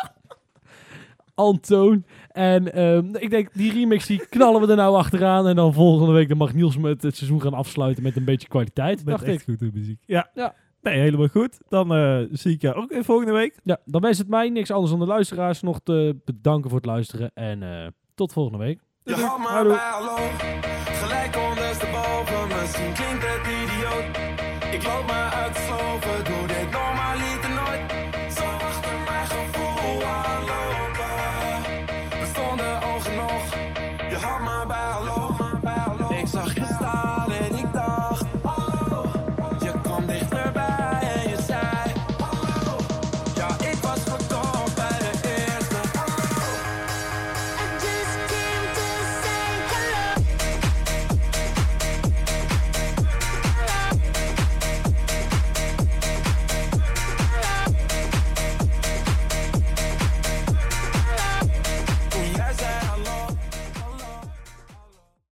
[SPEAKER 2] Antoon. En um, ik denk, die remix die knallen we er nou achteraan. En dan volgende week dan mag Niels met het seizoen gaan afsluiten met een beetje kwaliteit.
[SPEAKER 1] Met
[SPEAKER 2] dacht
[SPEAKER 1] echt
[SPEAKER 2] ik.
[SPEAKER 1] goede muziek. Ja.
[SPEAKER 2] Ja.
[SPEAKER 1] Nee, helemaal goed. Dan uh, zie ik jou ook weer volgende week.
[SPEAKER 2] Ja, dan is het mij niks anders dan de luisteraars nog te bedanken voor het luisteren. En uh, tot volgende week.
[SPEAKER 3] Je had maar
[SPEAKER 2] Houdoe.
[SPEAKER 3] bij hallo, gelijk ondersteboven, misschien klinkt het idioot. Ik loop maar uit te sloven, doe dit normaliter nooit. Zo achter mijn gevoel aanlopen, we stonden oog in oog. Je had maar bij